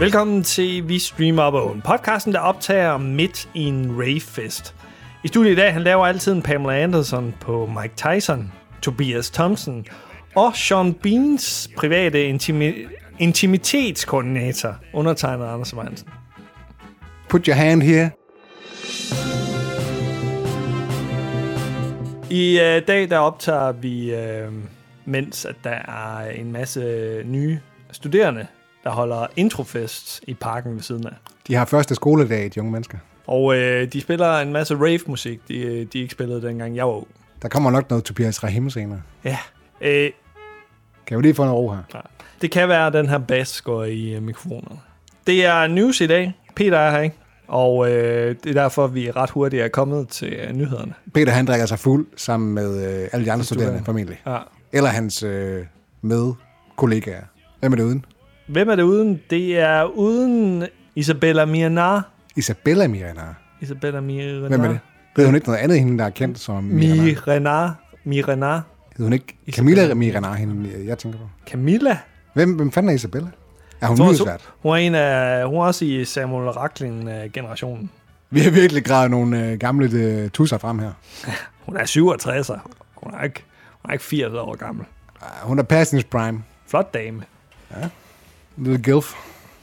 Velkommen til Vi Streamer Bogen, podcasten, der optager midt i en ravefest. I studiet i dag, han laver altid en Pamela Anderson på Mike Tyson, Tobias Thompson og Sean Beans private intimitetskoordinator, undertegnet Anders Weinsen. Put your hand here. I dag, der optager vi, mens at der er en masse nye studerende, der holder introfest i parken ved siden af. De har første skoledag, de unge mennesker. Og de spiller en masse rave-musik, de ikke spillede dengang jeg var ung. Der kommer nok noget Tobias Rahim senere. Ja. Kan vi lige få noget ro her? Ja. Det kan være, at den her bass går i mikrofonerne. Det er news i dag. Peter er her, ikke? Og det er derfor, vi er ret hurtigt er kommet til nyhederne. Peter, han drikker sig fuld sammen med alle de andre studerende formentlig. Ja. Eller hans medkollegaer. Hvem er det uden? Hvem er det uden? Det er uden Isabella Mirenar. Isabella Mirenar? Isabella Mirenar. Hvem er det? Ved hun ikke noget andet, hende der er kendt som Mirenar? Hed hun ikke Camilla Mirenar, hende jeg tænker på? Camilla? Hvem fanden er Isabella? Er hun nyhedsvært? Hun er også i Samuel Racklin-generationen. Vi har virkelig gravet nogle gamle tusser frem her. Hun er 67'er. Hun er ikke 80 år gammel. Hun er past hendes prime. Flot dame. Ja. Little gilf.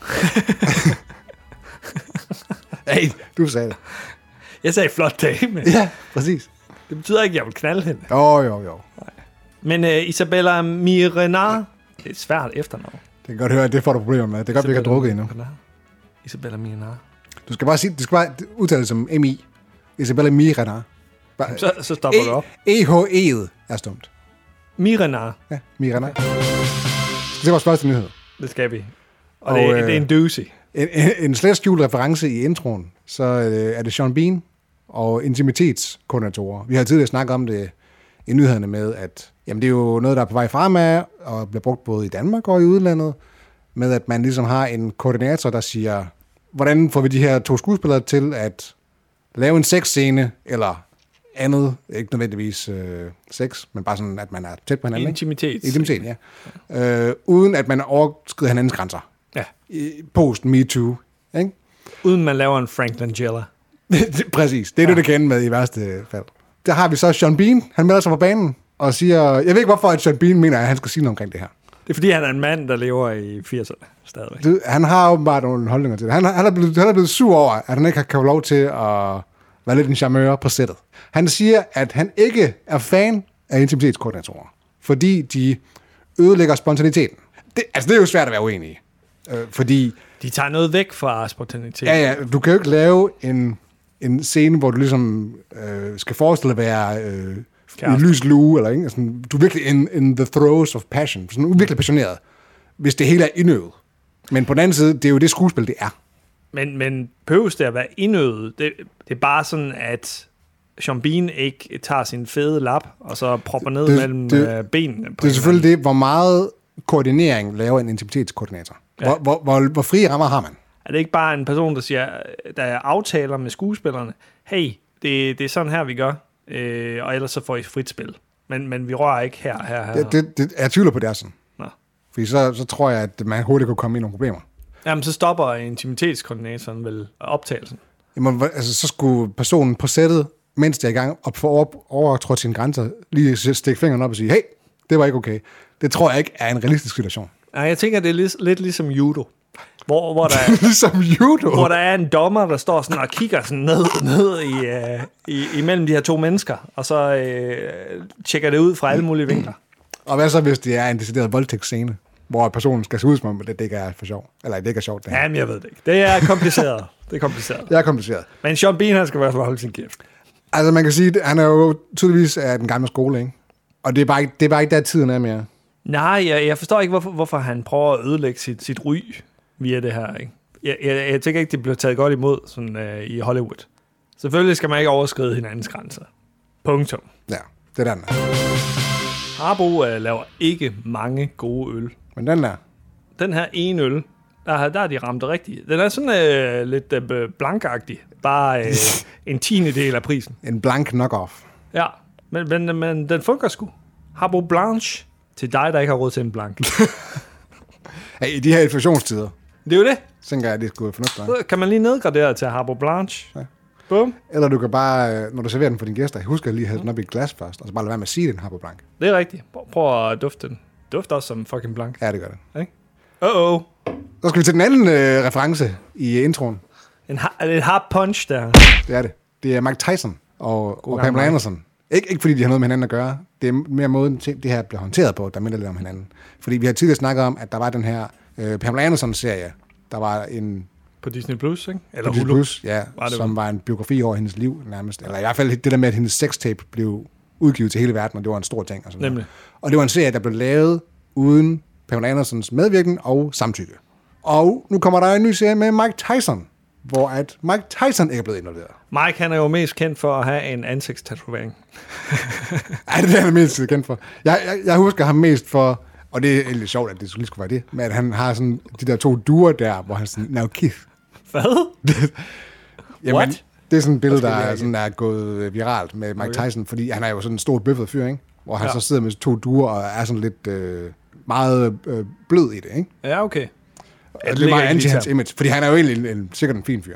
Hey, du sagde det. Jeg sagde flot dame. Ja, præcis. Det betyder ikke, at jeg vil knalde hende. Jo. Nej. Men Isabella Mirenar, det er et svært efternavn. Det kan godt høre, at det får du problemer med. Det kan godt blive, at jeg har drukket endnu. Isabella Mirenar. Du skal bare udtale det som M.I. Isabella Mirenar. Så stopper du op. E-H-E'et er stumt. Mirenar. Ja, Mirenar. Det er vores første nyhed. Det skal vi. Og det er en doozy. En slet skjult reference i introen, så er det Sean Bean og intimitetskoordinatorer. Vi har tidligere snakket om det i nyhederne med, at jamen, det er jo noget, der er på vej fremad, og bliver brugt både i Danmark og i udlandet, med at man ligesom har en koordinator, der siger, hvordan får vi de her to skuespillere til at lave en sexscene, eller andet, ikke nødvendigvis sex, men bare sådan, at man er tæt på hinanden. Intimitet, ja. Uden at man overskrider hinandens grænser. Ja. Post MeToo, ikke? Uden man laver en Frank Langella. Præcis, det er det kan ende med i værste fald. Der har vi så Sean Bean, han melder sig på banen, og siger, jeg ved ikke hvorfor, at Sean Bean mener, at han skal sige noget omkring det her. Det er fordi, han er en mand, der lever i 80'erne stadigvæk. Han har åbenbart nogle holdninger til det. Han er blevet sur over, at han ikke kan få lov til at være lidt en charmeur på sættet. Han siger, at han ikke er fan af intimitetskoordinatorer, fordi de ødelægger spontaniteten. Det er jo svært at være uenig i, fordi... De tager noget væk fra spontanitet. Ja, du kan jo ikke lave en scene, hvor du ligesom skal forestille at være i lys lue, eller ikke? Sådan, du er virkelig in the throes of passion, sådan virkelig passioneret, hvis det hele er indøvet. Men på den anden side, det er jo det skuespil, det er. Men behøves det at være indøvet? Det er bare sådan, at Sean Bean ikke tager sin fede lap, og så propper ned mellem benene. Det er selvfølgelig det, hvor meget koordinering laver en intimitetskoordinator. Ja. Hvor frie rammer har man? Er det ikke bare en person, der siger, der er aftaler med skuespillerne, hey, det er sådan her, vi gør, og ellers så får I frit spil. Men vi rører ikke her. Jeg tvivler på, det er sådan. Nå. Fordi så tror jeg, at man hurtigt kunne komme i nogle problemer. Jamen, så stopper intimitetskoordinatoren vel optagelsen. Jamen, altså, så skulle personen på sættet, mens det er i gang, og få overtrådt sine grænser, lige stikke fingeren op og sige, hey, det var ikke okay. Det tror jeg ikke er en realistisk situation. Nej, jeg tænker, det er lidt ligesom judo. Hvor der er, ligesom judo? Hvor der er en dommer, der står sådan og kigger sådan ned imellem de her to mennesker, og så tjekker det ud fra alle mulige vinkler. Og hvad så, hvis det er en decideret voldtægtsscene, hvor personen skal se ud som om, det ikke er for sjov? Eller det ikke er sjovt, det her. Jamen, jeg ved det ikke. Det er kompliceret. Det er kompliceret. Men Sean Bean, han skal i hvert fald holde sin kæft. Altså, man kan sige, at han er jo tydeligvis af den gamle skole, ikke? Og det er bare ikke der, tiden er mere. Nej, jeg forstår ikke, hvorfor han prøver at ødelægge sit ry via det her, ikke? Jeg tænker ikke, det bliver taget godt imod sådan, i Hollywood. Selvfølgelig skal man ikke overskride hinandens grænser. Punktum. Ja, det er den. Harbo laver ikke mange gode øl. Men den her ene øl, der er de ramt rigtigt. Den er sådan lidt blankagtig. Bare en 10. af prisen. En blank knock-off. Ja, men den fungerer sgu. Harbo Blanche til dig, der ikke har råd til en blank. Hey, i de her inflationstider, Det er jo det. Tænker jeg, det skulle være fornuftigt. Så kan man lige nedgradere til Harbour Blanche. Ja. Boom. Eller du kan bare, når du serverer den for dine gæster, husk at lige have den op i et glas først, og så bare lade være med at sige den Harbour Blanc. Det er rigtigt. Prøv at dufte den. Dufter også som fucking blank. Ja, det gør det. Okay? Uh-oh. Så skal vi til den anden reference i introen. En hard punch der. Det er det. Det er Mike Tyson og Pamela Anderson. Ikke fordi de har noget med hinanden at gøre. Det er mere måden, det her bliver håndteret på, der minder lidt om hinanden. Fordi vi har tidligere snakket om, at der var den her Pamela Anderson-serie. Der var en... På Disney Plus, ikke? Eller Disney Plus, ja. Som var en biografi over hendes liv nærmest. Eller i hvert fald det der med, at hendes sextape blev udgivet til hele verden, og det var en stor ting. Og sådan Nemlig. Og det var en serie, der blev lavet uden Pamela Andersons medvirken og samtykke. Og nu kommer der en ny serie med Mike Tyson, hvor at Mike Tyson ikke er blevet involveret. Mike, han er jo mest kendt for at have en ansigtstatovering. Ej, det er han mest kendt for. Jeg husker ham mest for, og det er egentlig sjovt, at det lige skulle være det, men at han har sådan de der 2 duer der, hvor han sådan, now Keith. Hvad? Jamen, What? Det er sådan et billede, der er gået viralt med Mike Tyson, fordi han er jo sådan en stor bøffet fyr, ikke? Hvor han så sidder med 2 duer og er sådan lidt meget blød i det, ikke? Ja, okay. Det er meget anti hans image, fordi han er jo egentlig sikkert en fin fyr.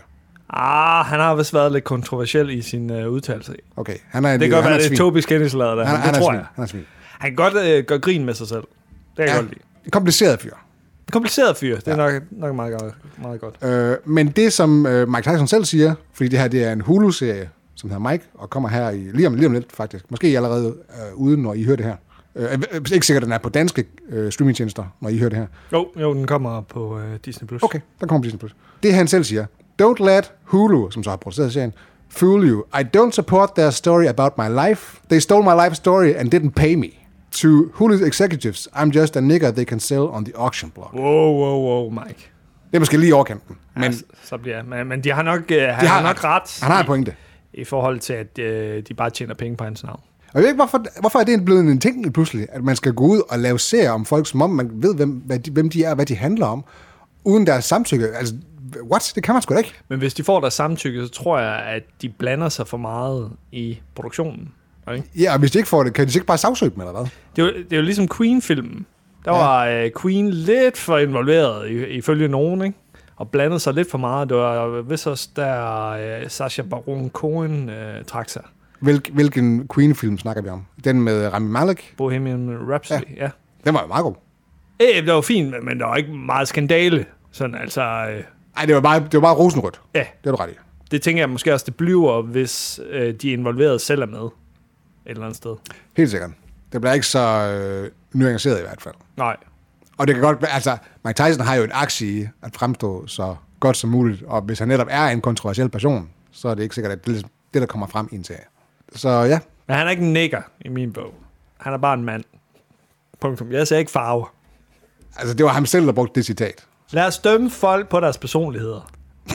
Han har vist været lidt kontroversiel i sin udtalelse. Okay, det kan godt være, det er Tobi skændislader der. Det tror jeg. Han er svin. Han kan godt gøre grin med sig selv. Det kan jeg godt lide. En kompliceret fyr. Kompliceret fyr, det er nok meget godt. Men det, som Mike Tyson selv siger, fordi det her det er en Hulu-serie, som hedder Mike, og kommer her lige om lidt faktisk. Måske allerede ude, når I hører det her. Ikke sikkert, at den er på danske streamingtjenester, når I hører det her. Jo, den kommer på Disney+. Okay, den kommer på Disney+. Det han selv siger, don't let Hulu, som så har produceret serien, fool you. I don't support their story about my life. They stole my life story and didn't pay me. To Hulu's executives, I'm just a nigger they can sell on the auction block. Wow, Mike. Det er måske lige overkanten. Men, så bliver, men de har nok, nok ret. Han har en pointe. I forhold til, at de bare tjener penge på hans navn. Og jeg ved ikke, hvorfor er det blevet en ting pludselig, at man skal gå ud og lave serier om folk, som om man ved, hvem de er og hvad de handler om, uden deres samtykke. Altså, what? Det kan man sgu da ikke. Men hvis de får deres samtykke, så tror jeg, at de blander sig for meget i produktionen. Okay? Ja, og hvis de ikke får det, kan de ikke bare sagsøge dem, eller hvad? Det er jo ligesom Queen-filmen. Der var Queen lidt for involveret, ifølge nogen, ikke? Og blandede sig lidt for meget. Det var vist også, der Sacha Baron Cohen trak sig. Hvilken Queen-film snakker vi om? Den med Rami Malek? Bohemian Rhapsody, ja. Den var jo meget god. Det var fint, men der var ikke meget skandale. Sådan, altså... Nej, det var bare rosenrødt. Ja. Det er du ret i. Det tænker jeg måske også, det bliver, hvis de involverede selv er med. Et eller andet sted. Helt sikkert. Det bliver ikke så nuanceret i hvert fald. Nej. Og det kan godt... Altså, Mike Tyson har jo en aktie i at fremstå så godt som muligt, og hvis han netop er en kontroversiel person, så er det ikke sikkert, at det der kommer frem i en serie. Så ja. Men han er ikke en nigger i min bog. Han er bare en mand. Punktum. Jeg ser ikke farver. Altså, det var ham selv, der brugte det citat. Lad os dømme folk på deres personligheder.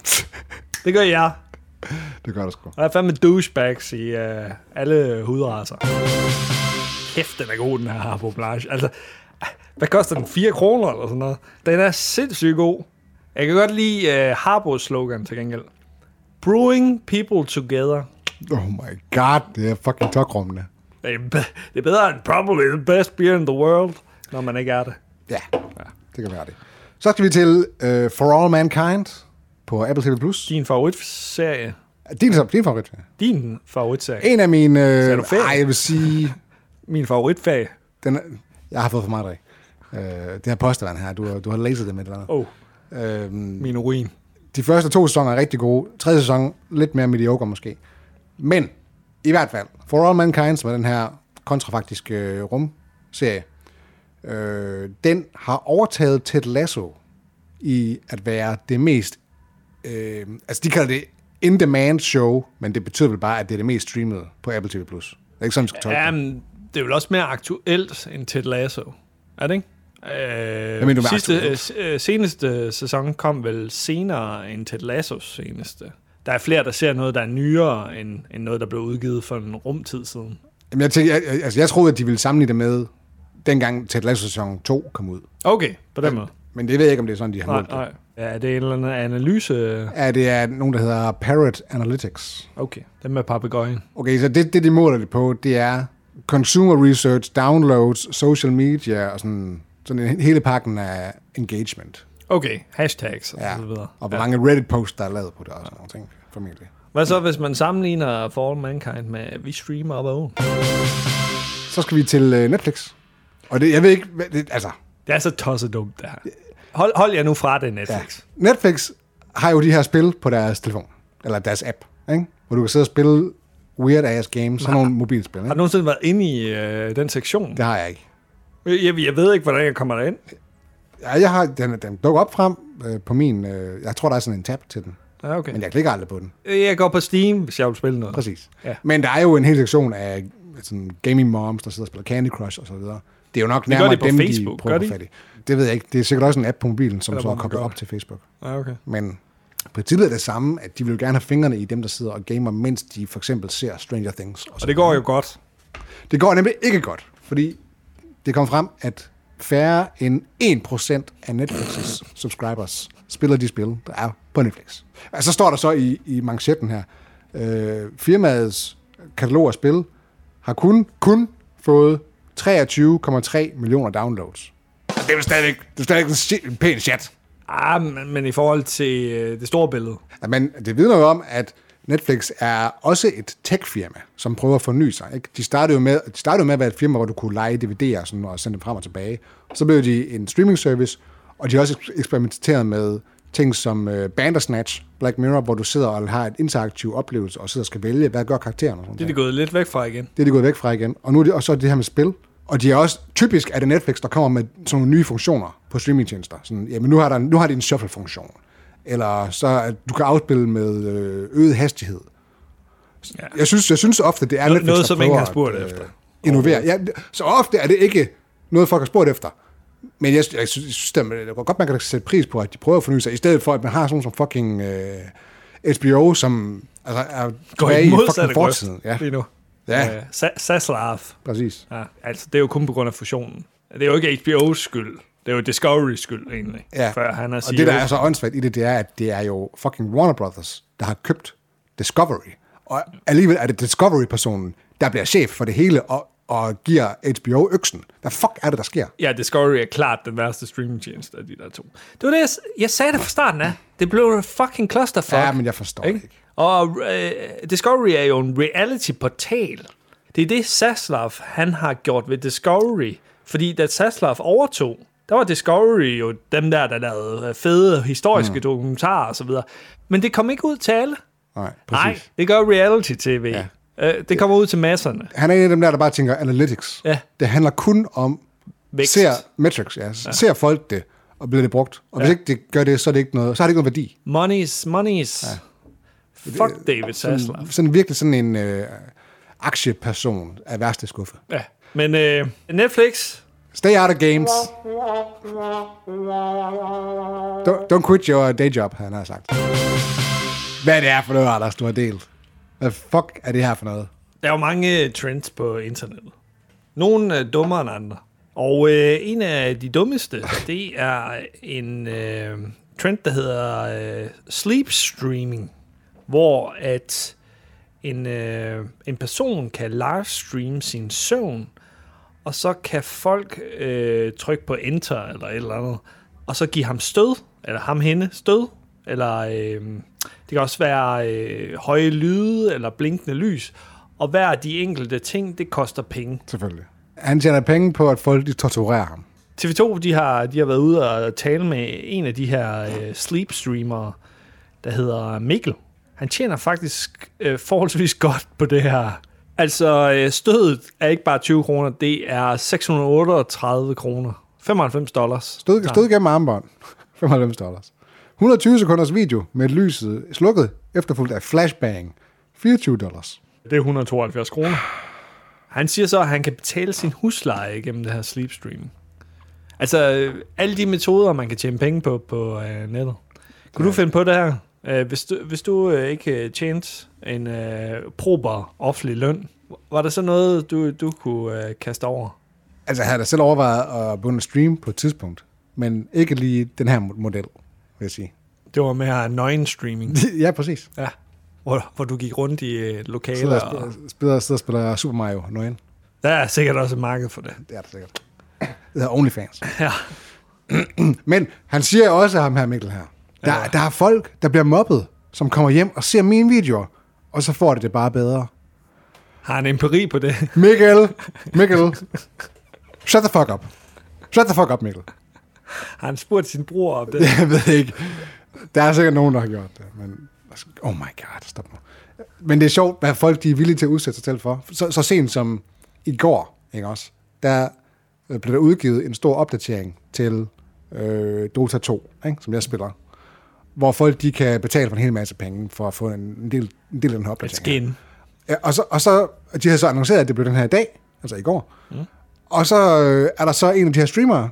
Det gør jeg. Det gør der sgu. Og der er fandme douchebags i alle hudraser. Kæft, den er god, den her Harbour Blanche. Altså, hvad koster den? 4 kroner eller sådan noget? Den er sindssygt god. Jeg kan godt lide Harbours slogan til gengæld. Brewing people together. Oh my god, det er fucking tokrummende. Det er bedre end probably the best beer in the world, når man ikke er det. Ja, det kan være det. Så skal vi til For All Mankind på Apple TV+. Din favoritserie. Din favoritserie. Din favoritserie. En af mine... jeg vil sige... Min favoritfag. Jeg har fået for meget drik. Det her postevand her, du har læset det med et eller andet. Min urin. De første 2 sæsoner er rigtig gode. 3. sæson lidt mere mediocre måske. Men i hvert fald, For All Mankind, som er den her kontrafaktiske rumserie, den har overtaget Ted Lasso i at være det mest... altså, de kalder det in-demand show, men det betyder vel bare, at det er det mest streamede på Apple TV+. Det er ikke sådan, man skal tolke det. Det er vel også mere aktuelt end Ted Lasso. Er det ikke? Seneste sæson kom vel senere end Ted Lassos seneste. Der er flere, der ser noget, der er nyere, end noget, der blev udgivet for en rumtid siden. Jamen, jeg troede, at de ville sammenligne det med, dengang Ted Lasso sæson 2 kom ud. Okay, på den måde. Men det ved jeg ikke, om det er sådan, de har målt det. Nej. Er det en eller anden analyse? Ja, det er nogen, der hedder Parrot Analytics. Okay, den med papegøjen. Okay, så det de måler det på, det er consumer research, downloads, social media og sådan hele pakken af engagement. Okay, hashtags og så videre. Og hvor mange Reddit-posts, der er lavet på det og sådan nogle ting, formentlig. Hvad så, hvis man sammenligner For All Mankind med Vi Stream Our Own? Så skal vi til Netflix. Og det, jeg ved ikke, altså... Det er så tosset dumt, det her. Hold jer nu fra det, Netflix. Ja. Netflix har jo de her spil på deres telefon, eller deres app, ikke? Hvor du kan sidde og spille weird-ass games, sådan nogle mobilspil. Ikke? Har du nogensinde været inde i den sektion? Det har jeg ikke. Jeg ved ikke, hvordan jeg kommer derind. Ja, jeg har den dukker op frem på min... jeg tror, der er sådan en tab til den. Ja, okay. Men jeg klikker aldrig på den. Jeg går på Steam, hvis jeg vil spille noget. Præcis. Ja. Men der er jo en hel sektion af sådan gaming moms, der sidder og spiller Candy Crush og så videre. Det er jo nok nærmere dem, Facebook, de prøver at få fat i. Det ved jeg ikke. Det er sikkert også en app på mobilen, som så er koblet op til Facebook. Ja, okay. Men princippet er det samme, at de vil gerne have fingrene i dem, der sidder og gamer, mens de for eksempel ser Stranger Things. Og det går jo godt. Det går nemlig ikke godt, fordi det kom frem, at færre end 1% af Netflix's subscribers spiller de spil, der er på Netflix. Altså, så står der så i manchetten her, firmaets katalog af spil har kun fået 23,3 millioner downloads. Det er jo stadigvæk en pæn chat. Men i forhold til det store billede. Ja, men det vidner jo om, at Netflix er også et tech-firma, som prøver at forny sig. Ikke? De startede jo med at være et firma, hvor du kunne leje DVD'er sådan, og sende dem frem og tilbage. Så blev de en streaming service, og de har også eksperimenteret med ting som Bandersnatch, Black Mirror, hvor du sidder og har et interaktiv oplevelse, og sidder og skal vælge, hvad gør karakteren. Og sådan det er de gået lidt væk fra igen. Og nu er det og så det her med spil. Og de er også, typisk er det Netflix, der kommer med sådan nogle nye funktioner på streamingtjenester. Sådan, jamen nu har de en shuffle-funktion. Eller så, at du kan afspille med øget hastighed. Ja. Jeg synes ofte, det er Netflix, noget, som ingen har spurgt efter. Innovere. Ja, så ofte er det ikke noget, folk har spurgt efter. Men jeg synes, det er godt, man kan sætte pris på, at de prøver at forny sig, i stedet for, at man har sådan som fucking HBO, som altså, er tilbage i fucking fortiden. Ja. Lige nu. Ja. Zaslav. Præcis. Ja, altså, det er jo kun på grund af fusionen. Det er jo ikke HBO's skyld. Det er jo Discovery's skyld, egentlig. Ja, før han er CEO. Og det, der er så åndssvagt i det, det er, at det er jo fucking Warner Brothers, der har købt Discovery. Og alligevel er det Discovery-personen, der bliver chef for det hele, og giver HBO øksen. Hvad fuck er det, der sker? Ja, Discovery er klart den værste streamingtjeneste af de der to. Det var det, jeg sagde det fra starten af. Det blev fucking clusterfuck. Ja, men jeg forstår det ikke. Og Discovery er jo en reality-portal. Det er det, Zaslav, han har gjort ved Discovery. Fordi da Zaslav overtog, der var Discovery jo dem der lavede fede historiske dokumentarer og så videre. Men det kom ikke ud til alle. Nej, præcis. Nej, det gør reality-tv. Ja. Det kommer ud til masserne. Han er en af dem der bare tænker analytics. Ja. Det handler kun om ser metrics, ja. Ser folk det, og bliver det brugt. Og hvis ikke det gør det, så er det ikke noget, så har det ikke noget værdi. Monies. Ja. Fuck David Zaslav. Sådan virkelig sådan en aktieperson af værste skuffe. Ja. Men Netflix. Stay out of games. Don't quit your day job, han har sagt. Hvad er det her for noget, Anders, du har delt? Hvad fuck er det her for noget? Der er jo mange trends på internettet. Nogle er dummere end andre. Og en af de dummeste, det er en trend, der hedder sleep streaming, hvor at en person kan livestreame sin søvn, og så kan folk trykke på enter eller et eller andet, og så give ham stød, eller ham hende stød, eller det kan også være høje lyde eller blinkende lys, og hver af de enkelte ting, det koster penge. Selvfølgelig. Han tjener penge på, at folk de torturerer ham. TV2, de har været ude og tale med en af de her sleep streamere, der hedder Mikkel. Han tjener faktisk forholdsvis godt på det her. Altså, stødet er ikke bare 20 kroner, det er 638 kroner. $95. Stød gennem armbånd. $95. 120 sekunders video med lyset slukket, efterfulgt af flashbang. $24. Det er 172 kroner. Han siger så, at han kan betale sin husleje gennem det her sleep streaming. Altså, alle de metoder, man kan tjene penge på nettet. Kunne du finde på det her? Hvis du ikke tjente en prober offentlig løn, var der så noget, du kunne kaste over? Altså, jeg havde da selv overvejet at begynde at streame på et tidspunkt, men ikke lige den her model, vil jeg sige. Det var mere nøgen-streaming. Ja, præcis. Ja, hvor du gik rundt i lokaler. Sidder og spiller Super Mario nøgen. Der er sikkert også et marked for det. Det er der sikkert. Det hedder OnlyFans. Ja. Men han siger også, ham her Mikkel her, der er folk, der bliver mobbet, som kommer hjem og ser mine videoer, og så får det bare bedre. Har han empiri på det? Mikkel, shut the fuck up. Shut the fuck up, Mikkel. Har han spurgt sin bror om det? Jeg ved ikke. Der er sikkert nogen, der har gjort det, men oh my god, stop nu. Men det er sjovt, hvad folk de er villige til at udsætte sig selv for. Så sent som i går, ikke også, der blev der udgivet en stor opdatering til Dota 2, ikke, som jeg spiller, hvor folk de kan betale for en hel masse penge for at få en del af den her opdatering. Et skin. Ja, og så de havde så annonceret, at det blev den her i dag, altså i går. Og så er der så en af de her streamere,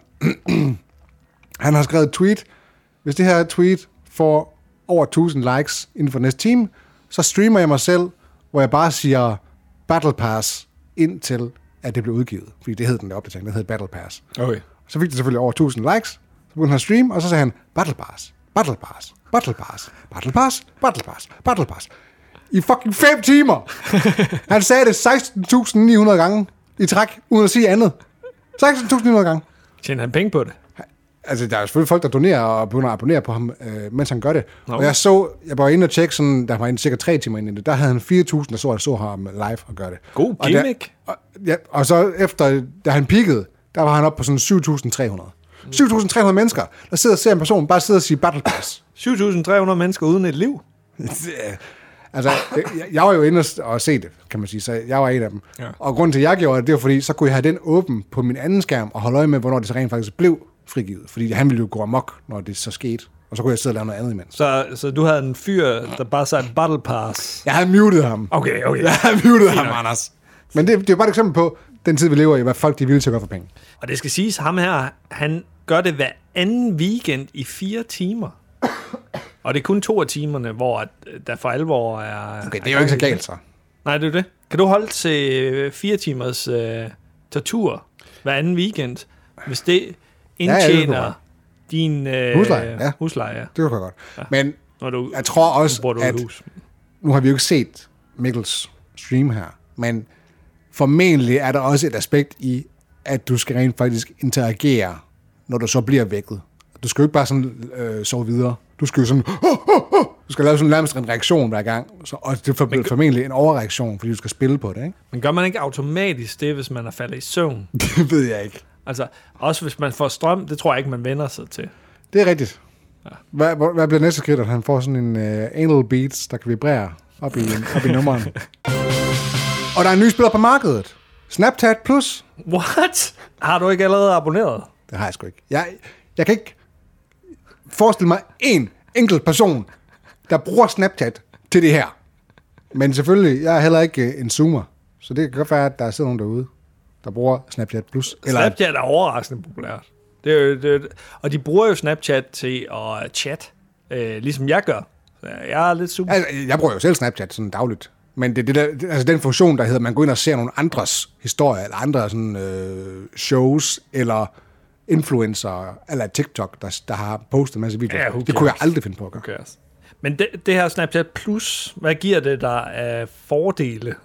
han har skrevet et tweet. Hvis det her tweet får over 1000 likes inden for næste time, så streamer jeg mig selv, hvor jeg bare siger Battle Pass indtil at det blev udgivet. Fordi det hed den der opdatering, det hed Battle Pass. Okay. Så fik det selvfølgelig over 1000 likes, så begyndte han at streame, og så sagde han Battle Pass, Battle Pass, Battle Pass, Battle Pass, Battle Pass, Battle Pass. I fucking 5 timer! Han sagde det 16.900 gange i træk, uden at sige andet. 16.900 gange. Tjener han penge på det? Altså, der er selvfølgelig folk, der donerer og begynder at abonnere på ham, mens han gør det. Okay. Og jeg var inde og tjekke, sådan, der var inde cirka 3 timer inde i det. Der havde han 4.000, der så ham live og gøre det. God gimmick. Og så efter, da han peakede, der var han oppe på sådan 7.300. 7.300 mennesker, der sidder og ser en person, bare sidder og siger Battle Pass. 7.300 mennesker uden et liv? Altså, jeg var jo inde og se det, kan man sige, så jeg var en af dem. Ja. Og grunden til, at jeg gjorde det, det var fordi, så kunne jeg have den åben på min anden skærm og holde øje med, hvornår det så rent faktisk blev frigivet. Fordi han ville jo gå amok, når det så skete. Og så kunne jeg sidde og lave noget andet imens. Så du havde en fyr, der bare sagde Battle Pass? Jeg havde muted ham. Okay. Jeg havde muted ham, Anders. Men det er bare et eksempel på den tid, vi lever i, hvad folk de er villige til at gøre for penge. Og det skal siges, ham her, han gør det hver anden weekend i 4 timer. Og det er kun 2 af timerne, hvor der for alvor er... Okay, det er jo ikke så galt, så. Nej, det er det. Kan du holde til 4 timers tortur hver anden weekend, hvis det indtjener din husleje? Det kan godt. Ja. Men du, jeg tror også, at... Hus. Nu har vi jo ikke set Mikkels stream her, men formentlig er der også et aspekt i, at du skal rent faktisk interagere, når du så bliver vækket. Du skal jo ikke bare sådan sove videre. Du skal jo sådan... Du skal lave sådan nærmest en reaktion hver gang. Og det er formentlig en overreaktion, fordi du skal spille på det, ikke? Men gør man ikke automatisk det, hvis man er faldet i søvn? Det ved jeg ikke. Altså, også hvis man får strøm, det tror jeg ikke, man vender sig til. Det er rigtigt. Ja. Hvad bliver næste skridt, at han får sådan en anal beats, der kan vibrere op i nummeren? Og der er en ny spiller på markedet. Snapchat Plus. What? Har du ikke allerede abonneret? Det har jeg sgu ikke. Jeg kan ikke forestille mig en enkelt person, der bruger Snapchat til det her. Men selvfølgelig, jeg er heller ikke en zoomer. Så det kan godt være, at der sidder nogen derude, der bruger Snapchat Plus. Snapchat er overraskende populært. Og de bruger jo Snapchat til at chat, ligesom jeg gør. Så jeg er lidt super. Altså, jeg bruger jo selv Snapchat sådan dagligt. Men det der, altså den funktion, der hedder, man går ind og ser nogle andres historier, eller andre sådan, shows, eller influencer, eller TikTok, der har postet en masse videoer. Ja, det kunne jeg aldrig finde på at gøre. Men det her Snapchat Plus, hvad giver det der af fordele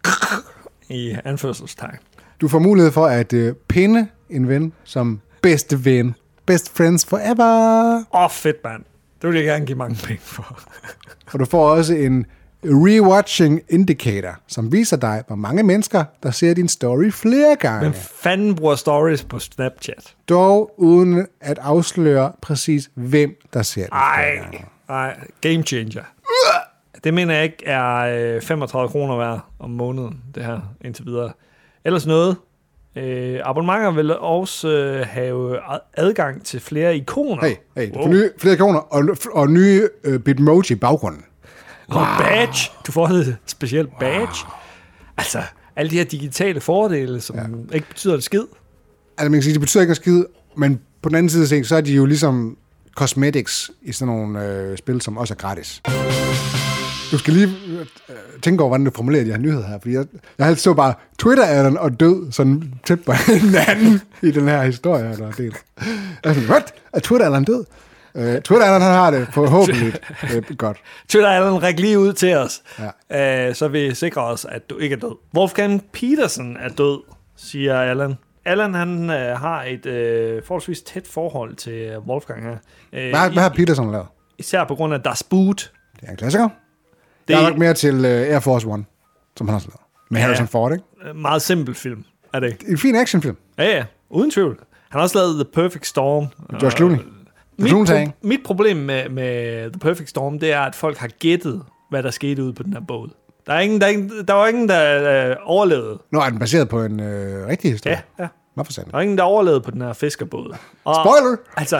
i anførselstegn? Du får mulighed for at pinde en ven som bedste ven. Best friends forever. Fedt, mand. Det vil jeg gerne give mange penge for. Og du får også en rewatching indicator, som viser dig, hvor mange mennesker, der ser din story flere gange. Men fanden bruger stories på Snapchat? Dog uden at afsløre præcis, hvem der ser det flere gange. Nej, game changer. Det mener jeg ikke er 35 kroner værd om måneden, det her, indtil videre. Ellers noget. Abonnementer vil også have adgang til flere ikoner. Hey, flere ikoner og nye Bitmoji i baggrunden. Wow. Og badge. Du får et specielt badge. Altså, alle de her digitale fordele, som ikke betyder en skid. Altså, man kan sige, det betyder ikke en skid, men på den anden side, så er de jo ligesom cosmetics i sådan nogle spil, som også er gratis. Du skal lige tænke over, hvordan du formulerer de her nyheder her, fordi jeg altid så bare, Twitter er den og død, sådan tæt på hinanden i den her historie, der er delt. Jeg tænkte, what? Er Twitter er død? Twitter han har det forhåbentlig godt. Twitter Allen, ræk lige ud til os, så vi sikrer os, at du ikke er død. Wolfgang Petersen er død, siger Allen. Allan, han har et forholdsvis tæt forhold til Wolfgang her. Hvad har Peterson lavet? Især på grund af Das Boot. Det er en klassiker. Det er nok mere til Air Force One, som han også lavet. Med Harrison Ford, ikke? Meget simpel film, er det ikke? En fin actionfilm. Ja, uden tvivl. Han har også lavet The Perfect Storm. George Clooney. Mit problem med The Perfect Storm, det er, at folk har gættet, hvad der skete ude på den her båd. Der var ingen, der overlevede. Nå, er den baseret på en rigtig historie? Ja. Hvad for sandt? Der var ingen, der overlevede på den her fiskerbåd. Spoiler! Altså,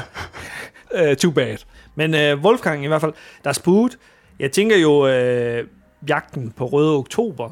too bad. Men Wolfgang i hvert fald, der er spurgt. Jeg tænker jo, jagten på Røde Oktober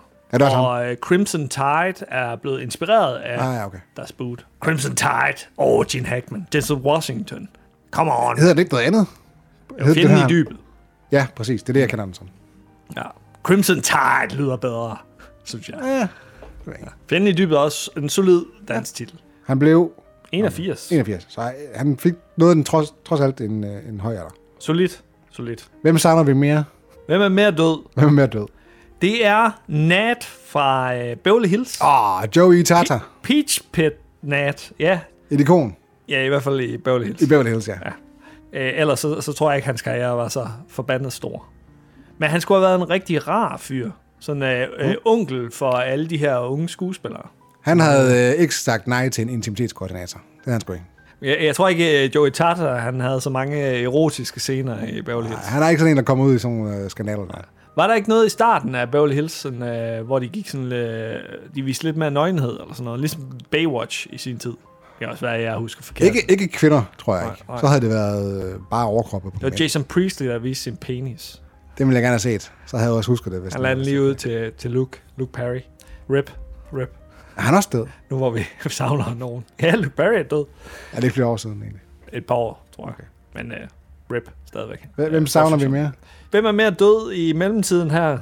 og Crimson Tide er blevet inspireret af Der er spurgt. Crimson Tide, Gene Hackman, Denzel Washington. Come on. Hedder det ikke noget andet? Fjenden i dybet. Ja, præcis. Det er det, jeg kender den som. Ja. Crimson Tide lyder bedre, synes jeg. Ja. Fjenden i dybet er også en solid dansk titel. Han blev 81. Så han fik noget af den trods alt en høj alder. Solid. Hvem savner vi mere? Hvem er mere død? Det er Nat fra Beverly Hills. Joey Tata. Peach Pit Nat, ja. Et ikon. Ja, i hvert fald i Beverly Hills. I Beverly Hills, ja. Ellers så tror jeg ikke, hans karriere var så forbandet stor. Men han skulle have været en rigtig rar fyr. Sådan onkel for alle de her unge skuespillere. Han havde ikke sagt nej til en intimitetskoordinator. Det havde han sgu ikke. Jeg tror ikke, Joey Tata, han havde så mange erotiske scener i Beverly Hills. Han er ikke sådan en, der kommer ud i sådan nogle skandaler. Der. Var der ikke noget i starten af Beverly Hills, sådan, hvor de gik sådan, de viste lidt mere nøgenhed, eller sådan noget, ligesom Baywatch i sin tid? Det kan også være, jeg husker forkert. Ikke kvinder, tror jeg ikke. Nej. Så havde det været bare overkroppe. Det var Jason Priestley, der viste sin penis. Det ville jeg gerne have set. Så havde jeg også husket det. Hvis han lader den lige ud til Luke Perry. Rip. Er han også død? Nu hvor vi savner nogen. Ja, Luke Perry er død. Er det ikke flere år siden egentlig? Et par år, tror jeg. Okay. Men rip stadigvæk. Hvem savner vi mere? Hvem er mere død i mellemtiden her?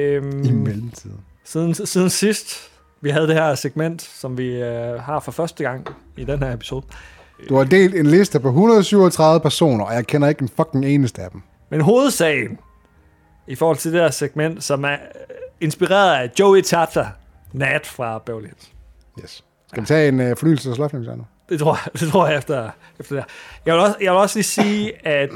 I mellemtiden? Siden sidst, vi havde det her segment, som vi har for første gang i den her episode. Du har delt en liste på 137 personer, og jeg kender ikke en fucking eneste af dem. Men hovedsagen, i forhold til det her segment, som er inspireret af Joey Tata, Nat fra Beverly Hills. Yes. Skal vi tage en fornyelse og sløjfning så nu? Det tror jeg efter det. Jeg vil også lige sige, at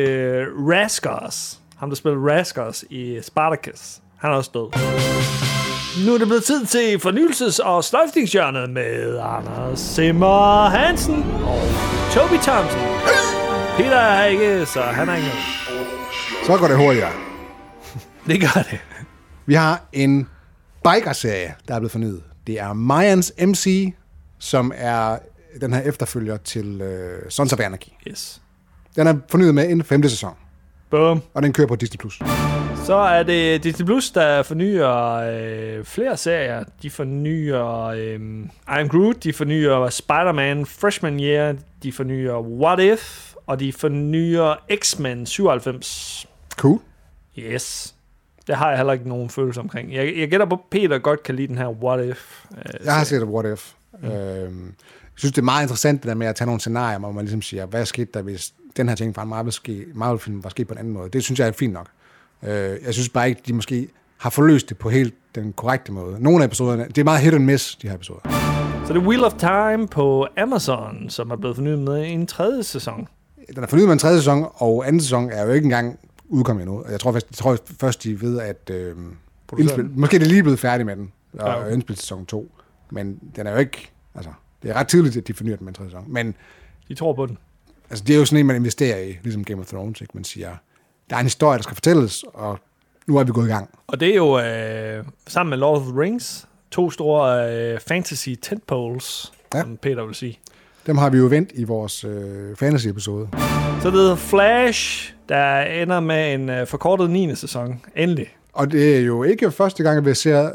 Raskos, ham der spiller Raskos i Spartacus, han er også død. Nu er det blevet tid til fornyelses- og sløjfningshjørnet med Anders Zimmer Hansen og Toby Thompson. Peter er her ikke, så han er ikke noget. Så går det hurtigere. Det gør det. Vi har en biker-serie, der er blevet fornyet. Det er Mayans MC, som er den her efterfølger til Sons of Anarchy. Yes. Den er fornyet med en 5. sæson. Boom. Og den kører på Disney+. Så er det Disney+, der fornyer flere serier. De fornyer I Am Groot, de fornyer Spider-Man Freshman Year, de fornyer What If, og de fornyer X-Men 97. Cool. Yes. Det har jeg heller ikke nogen følelse omkring. Jeg gætter på, Peter godt kan lide den her What If. Jeg har set What If. Jeg synes, det er meget interessant, det der med at tage nogle scenarier, hvor man ligesom siger, hvad skete der, hvis den her ting fra en Marvel-film var sket på en anden måde. Det synes jeg er fint nok. Jeg synes bare ikke, de måske har forløst det på helt den korrekte måde. Nogle af episoderne, det er meget hit and miss, de her episoder. Så det er Wheel of Time på Amazon, som er blevet fornyet med en 3. sæson. Den er fornyet med en 3. sæson, og 2. sæson er jo ikke engang udkommet endnu. Jeg tror først, de ved, at måske er det lige blevet færdig med den, og indspillet sæson 2. Men den er jo ikke, altså, det er ret tidligt, at de fornyer den med en 3. sæson. Men de tror på den. Altså, det er jo sådan en, man investerer i, ligesom Game of Thrones, ikke? Man siger, der er en historie, der skal fortælles, og nu er vi gået i gang. Og det er jo sammen med Lord of the Rings, 2 store fantasy tentpoles, som Peter vil sige. Dem har vi jo vendt i vores fantasy-episode. Så det er Flash, der ender med en forkortet 9. sæson. Endelig. Og det er jo ikke første gang, at vi ser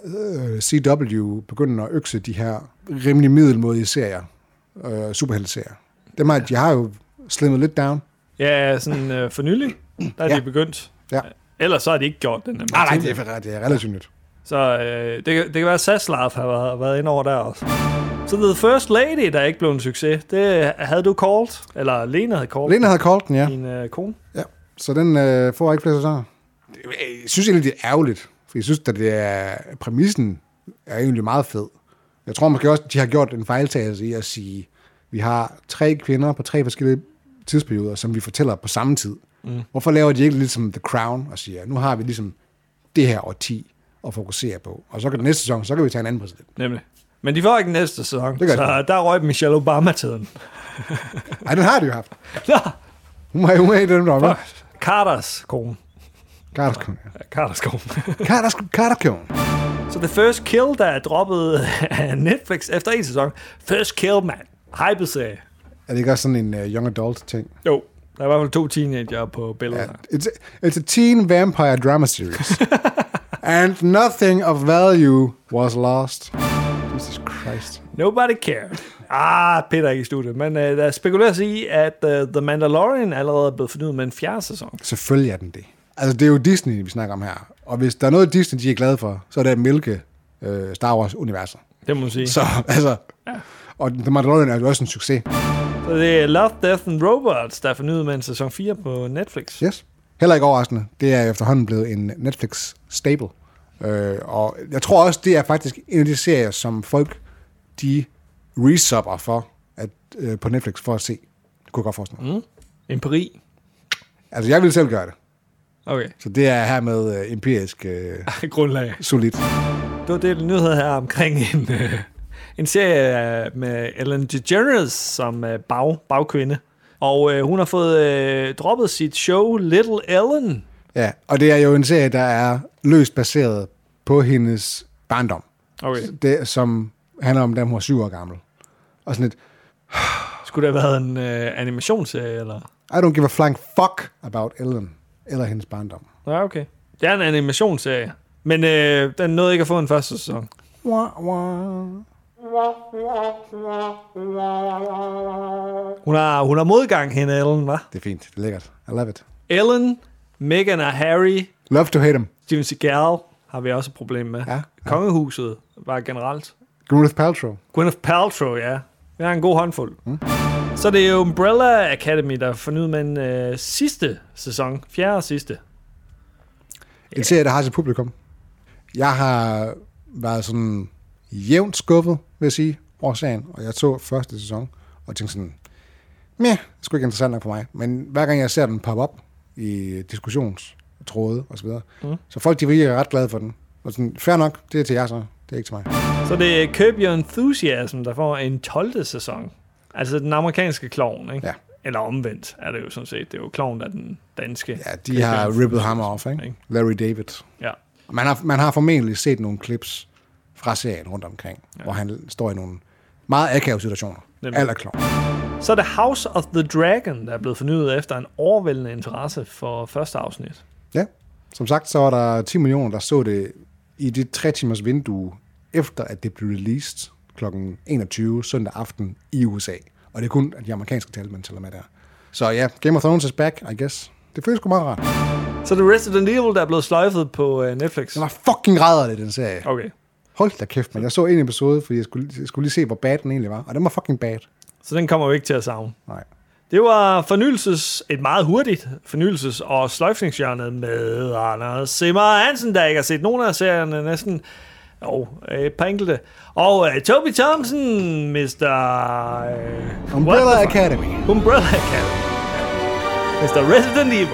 CW begynde at økse de her rimelig middelmådige serier, superhelteserier. De har jo slimmet lidt down. Ja, sådan for nylig, der er de begyndt. Ja. Ellers så har de ikke gjort den. Nej, det er relativt nyt. Så det kan være, at Zaslav har været inde over der også. Så The First Lady, der ikke blev en succes, det havde du called, eller Lena havde called. Lena havde called den, ja. Din kone. Ja, så den får ikke flere sæsoner. Jeg synes egentlig, det er ærgerligt, for jeg synes, at præmissen er egentlig meget fed. Jeg tror måske også, de har gjort en fejltagelse i at sige, vi har 3 kvinder på 3 forskellige tidsperioder, som vi fortæller på samme tid. Hvorfor laver de ikke ligesom The Crown og siger, nu har vi ligesom det her årti at fokusere på, og så kan den næste sæson, så kan vi tage en anden præsident. Nemlig. Men de får ikke næste sæson, så der røg Michelle Obama-tiden. Ej, den har de jo haft. Nå! Hun er i den der. Carters kone. Carters kone. Så The First Kill, der er droppet af Netflix efter 1 sæson. First Kill, man. Hype-serie. Er det ikke også sådan en young adult ting? Jo, der er i hvert fald 2 teenager på billedet her. It's a teen vampire drama series. And nothing of value was lost. Jesus Christ. Nobody cared. Peter er ikke i studiet, men der spekuleres i, at The Mandalorian allerede er blevet fornyet med en 4. sæson. Selvfølgelig er den det. Altså, det er jo Disney, vi snakker om her. Og hvis der er noget, Disney de er glade for, så er det at milke Star Wars-universet. Det må man sige. Så, altså... Ja. Og The Mandalorian er jo også en succes. Så det er Love, Death and Robots, der er fornyet med en sæson 4 på Netflix. Yes. Heller ikke overraskende. Det er efterhånden blevet en Netflix-staple. Og jeg tror også, det er faktisk en af de serier, som folk, de resubber for at, på Netflix for at se. Det kunne jeg godt forestille mig. Empiri. Altså, jeg vil selv gøre det. Okay. Så det er her med empirisk grundlag. Solidt. Det var det nyhed her omkring en serie med Ellen DeGeneres som bagkvinde. Og hun har fået droppet sit show Little Ellen. Ja, og det er jo en serie, der er løst baseret på hendes barndom. Okay. Det, som handler om, da hun var 7 år gammel. Og sådan et... Skulle det have været en animationsserie, eller? I don't give a flying fuck about Ellen eller hendes barndom. Ja, okay. Det er en animationsserie, men den nåede ikke at få en første sæson. Hun har modgang, hende Ellen, hva'? Det er fint, det er lækkert. I love it. Ellen, Meghan og Harry. Love to hate him. Steven Seagal har vi også et problem med. Ja. Kongehuset var generelt. Gwyneth Paltrow. Gwyneth Paltrow, ja. Det er en god håndfuld. Så det er jo Umbrella Academy, der er fornyet med en sidste sæson. 4. og sidste. En serie, der har sit publikum. Jeg har været sådan jævnt skuffet, vil jeg sige, over serien. Og jeg så første sæson, og tænkte sådan, det er sgu ikke interessant nok for mig. Men hver gang jeg ser den pop op i diskussionstråde og så videre, så folk, de virker ret glade for den. Og sådan, fair nok, det er til jer så. Det er ikke til mig. Så det er Curb Your Enthusiasm, der får en 12. sæson. Altså den amerikanske klovn, ikke? Ja. Eller omvendt er det jo sådan set. Det er jo klovn, der er den danske. Ja, de har rippet ham off, ikke? Larry David. Ja. Man har formentlig set nogle clips fra serien rundt omkring, hvor han står i nogle meget akavede situationer. Eller klovn. Så er det House of the Dragon, der er blevet fornyet efter en overvældende interesse for første afsnit. Ja, som sagt, så var der 10 millioner, der så det i det 3 timers vindue, efter at det blev released kl. 21 søndag aften i USA. Og det er kun de amerikanske tal, man tæller med der. Så ja, Game of Thrones is back, I guess. Det føles sgu meget rart. Så det er Resident Evil, der er blevet sløjfet på Netflix. Det var fucking rædderligt, den serie. Okay. Hold da kæft, men jeg så en episode, fordi jeg skulle lige se, hvor bad den egentlig var. Og den var fucking bad. Så den kommer jo ikke til at savne. Nej. Det var et meget hurtigt fornyelses- og sløjfningshjørnet med Anders Zimmer Hansen, der ikke har set nogen af serierne næsten. Et par enkelte. Og Toby Thompson, Mr. Umbrella Academy. Umbrella Academy. Mr. Resident Evil.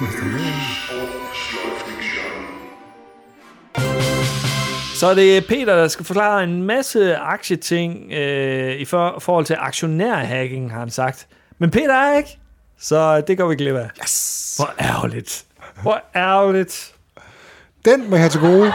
Så er det Peter, der skal forklare en masse aktieting i forhold til aktionærhacking, har han sagt. Men Peter er ikke, så det går vi glip af. Yes! Hvor ærgerligt. Hvor ærgerligt. Den må jeg have til gode.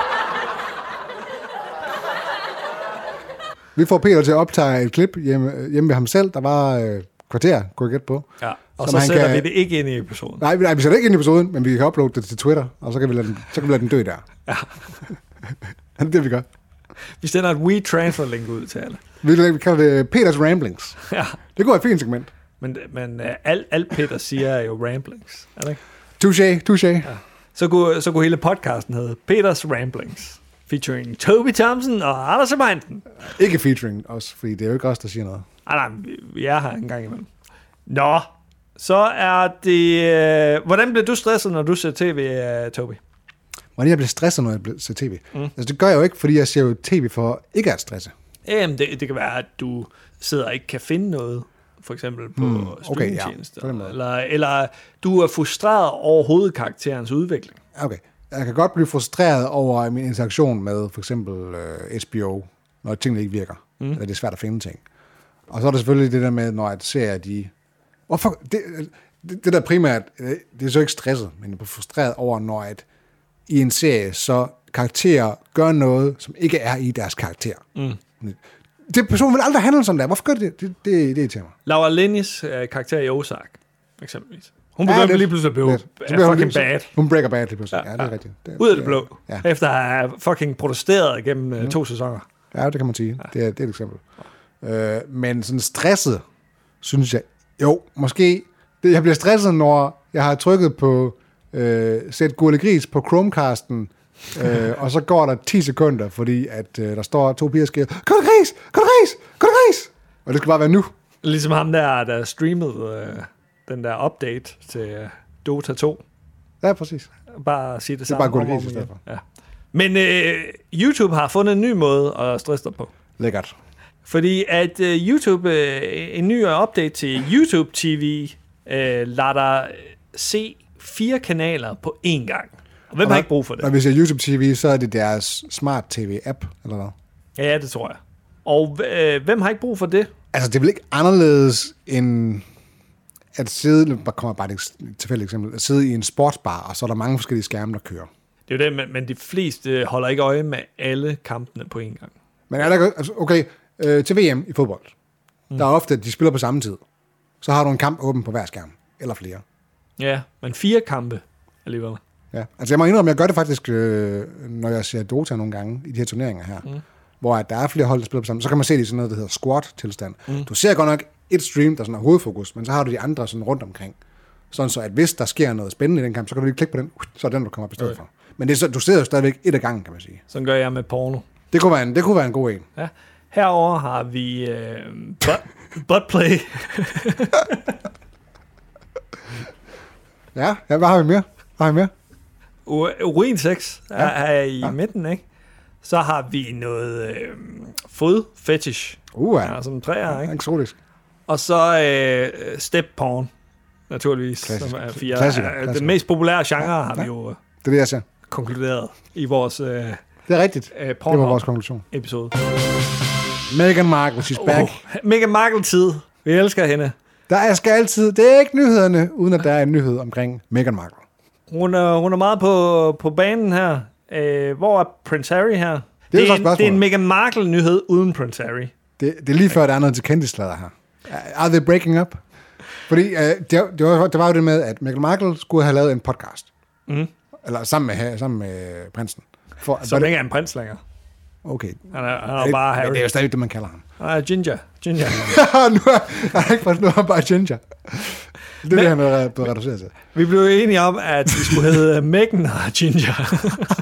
Vi får Peter til at optage et klip hjemme ved ham selv. Der var kvarter, kunne jeg gætte på. Ja, og så sætter vi det ikke ind i episoden. Nej, vi sætter ikke ind i episoden, men vi kan uploade det til Twitter, og så kan vi lade den dø der. Ja. Det er det, vi gør. Vi sender et WeTransfer-link ud til alle. Vi kalder det Peters Ramblings. Ja. Det kunne være et fint segment. Men alt Peter siger er jo ramblings, er det ikke? Touché. Ja. Så kunne hele podcasten hedde Peters Ramblings, featuring Toby Thompson og Anders Zimmer. Ikke featuring os, fordi det er jo ikke os, der siger noget. Nej, vi er her en gang imellem. Nå, så er det... hvordan bliver du stresset, når du ser tv, Toby? Hvordan jeg bliver stresset, når jeg ser tv? Altså, det gør jeg jo ikke, fordi jeg ser jo tv for ikke at stresse. Jamen, det kan være, at du sidder og ikke kan finde noget, for eksempel på streamingtjenester. Eller du er frustreret over hovedkarakterens udvikling. Okay. Jeg kan godt blive frustreret over min interaktion med for eksempel HBO, når tingene ikke virker. Eller det er svært at finde ting. Og så er der selvfølgelig det der med, når jeg ser de... Hvorfor... Det der primært, det er så ikke stresset, men jeg bliver frustreret over, når i en serie, så karakterer gør noget, som ikke er i deres karakter. Det person vil aldrig handle sådan der. Hvorfor gør det? Det irriterer mig. Laura Linney's karakter i Ozark, eksempelvis. Hun begynder lige pludselig at blive fucking bad. Hun breaker bad lige pludselig. Ja, det er rigtigt. Ud af det blå. Ja. Efter at have fucking protesteret gennem 2 sæsoner. Ja, det kan man sige. Ja. Det er et eksempel. Men sådan stresset, synes jeg... Jo, måske... Jeg bliver stresset, når jeg har trykket på sæt Gurle Gris på Chromecasten, og så går der 10 sekunder, fordi at der står 2 piger og skriver, Gurle Gris! Gurle Gris! Gurle Gris! Og det skal bare være nu. Ligesom ham der streamede den der update til Dota 2. Ja, præcis. Bare sige det samme. Det er bare Gurle Gris i stedet for. Ja. Men YouTube har fundet en ny måde at stresse dig på. Lækkert. Fordi at YouTube, en ny update til YouTube TV, lader dig se 4 kanaler på én gang. Og hvem har ikke brug for det? Og hvis jeg YouTube TV, så er det deres Smart TV-app, eller hvad? Ja, det tror jeg. Og hvem har ikke brug for det? Altså, det er vel ikke anderledes end at sidde, kommer bare et tilfældigt eksempel, at sidde i en sportsbar, og så er der mange forskellige skærme, der kører. Det er jo det, men de fleste holder ikke øje med alle kampene på én gang. Men er der, altså, okay, til VM i fodbold, der er ofte, at de spiller på samme tid. Så har du en kamp åben på hver skærm, eller flere. Ja, men 4 kampe alligevel. Ja, altså jeg må indrømme, jeg gør det faktisk, når jeg ser Dota nogle gange i de her turneringer her, hvor at der er flere hold, der spiller på sammen. Så kan man se det i sådan noget, der hedder squad-tilstand. Du ser godt nok et stream, der sådan er hovedfokus, men så har du de andre sådan rundt omkring. Sådan så, at hvis der sker noget spændende i den kamp, så kan du lige klikke på den, så er den, du kommer op i stedet for. Men det er så, du ser jo stadigvæk et af gangen, kan man sige. Sådan gør jeg med porno. Det kunne være en god en. Ja. Herover har vi buttplay. Ja, hvad har vi mere? Urinsex er i midten, ikke? Så har vi noget fodfetish. Ja. Som træer, ikke? Eksotisk. Og så step porn, naturligvis. Klassisk. Som er 4. Den mest populære genre har vi jo det er det, jeg ser. Konkluderet i vores det er rigtigt. Det var vores konklusion. Episode. Meghan Markle, she's back. Meghan Markle-tid. Vi elsker hende. Der skal altid, det er ikke nyhederne, uden at der er en nyhed omkring Meghan Markle. Hun er meget på banen her. Hvor er Prince Harry her? Det er en Meghan Markle-nyhed uden Prince Harry. Det er lige før, der er noget til kendtislader her. Are they breaking up? Fordi det var jo det med, at Meghan Markle skulle have lavet en podcast. Eller sammen med prinsen. Som ikke er en prins længere. Okay. Han er bare Harry. Men det er jo stadig det, man kalder ham. Ginger. Nu er han bare Ginger. Det er det, han er blevet reduceret til. Vi blev enige om, at vi skulle hedde Meghan og Ginger.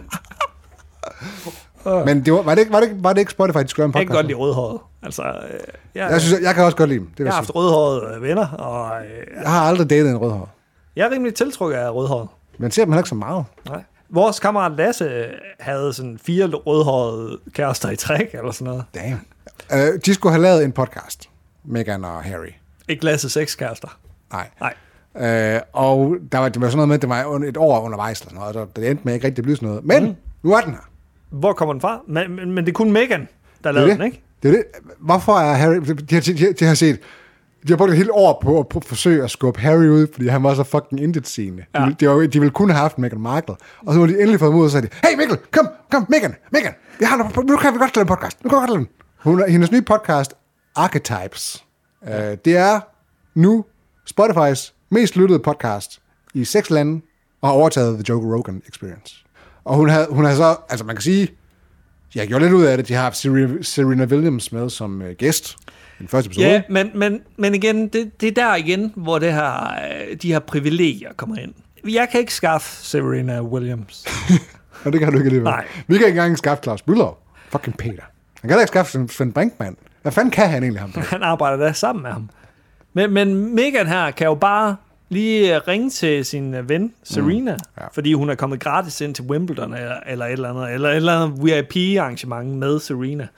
Men det var det ikke Spotify, de skulle lave en podcast? Jeg kan godt lide rødhåret. Altså, jeg kan også godt lide dem. Jeg har haft rødhårede venner. Og, jeg har aldrig datet en rødhåret. Jeg er rimelig tiltrukket af rødhåret. Men ser dem heller ikke så meget. Nej. Vores kammerat Lasse havde sådan 4 rødhårede kærester i træk, eller sådan noget. Damn. De skulle have lavet en podcast, Meghan og Harry. Ikke Lasse 6 kærester. Nej. Og det var sådan noget med, at det var et år undervejs, eller sådan noget, det endte med ikke rigtig at blive sådan noget. Men nu er den her. Hvor kommer den fra? Men det er kun Meghan, der lavede den, ikke? Det er det. Hvorfor er Harry... De har set... De har brugt et helt år på at forsøge at skubbe Harry ud, fordi han var så fucking intetsigende. Ja. De ville kun have haft Meghan Markle. Og så var de endelig fået ud og sagde, hey Mikkel, kom, Meghan, nu kan vi godt lave en podcast. Hendes nye podcast, Archetypes, det er nu Spotifys mest lyttede podcast i 6 lande, og har overtaget The Joe Rogan Experience. Og hun har så, altså man kan sige, de har gjort lidt ud af det, de har haft Serena Williams med som gæst. Den første episode. Ja, men igen, det er der igen, hvor de her privilegier kommer ind. Jeg kan ikke skaffe Serena Williams. Og det kan du ikke alligevel. Nej. Vi kan ikke engang skaffe Claus Bülow. Fucking Peter. Han kan da ikke skaffe Svend Brinkmann. Hvad fanden kan han egentlig ham? Han arbejder da sammen med ham. Men Meghan her kan jo bare lige ringe til sin ven Serena, fordi hun er kommet gratis ind til Wimbledon eller et eller andet VIP-arrangement med Serena.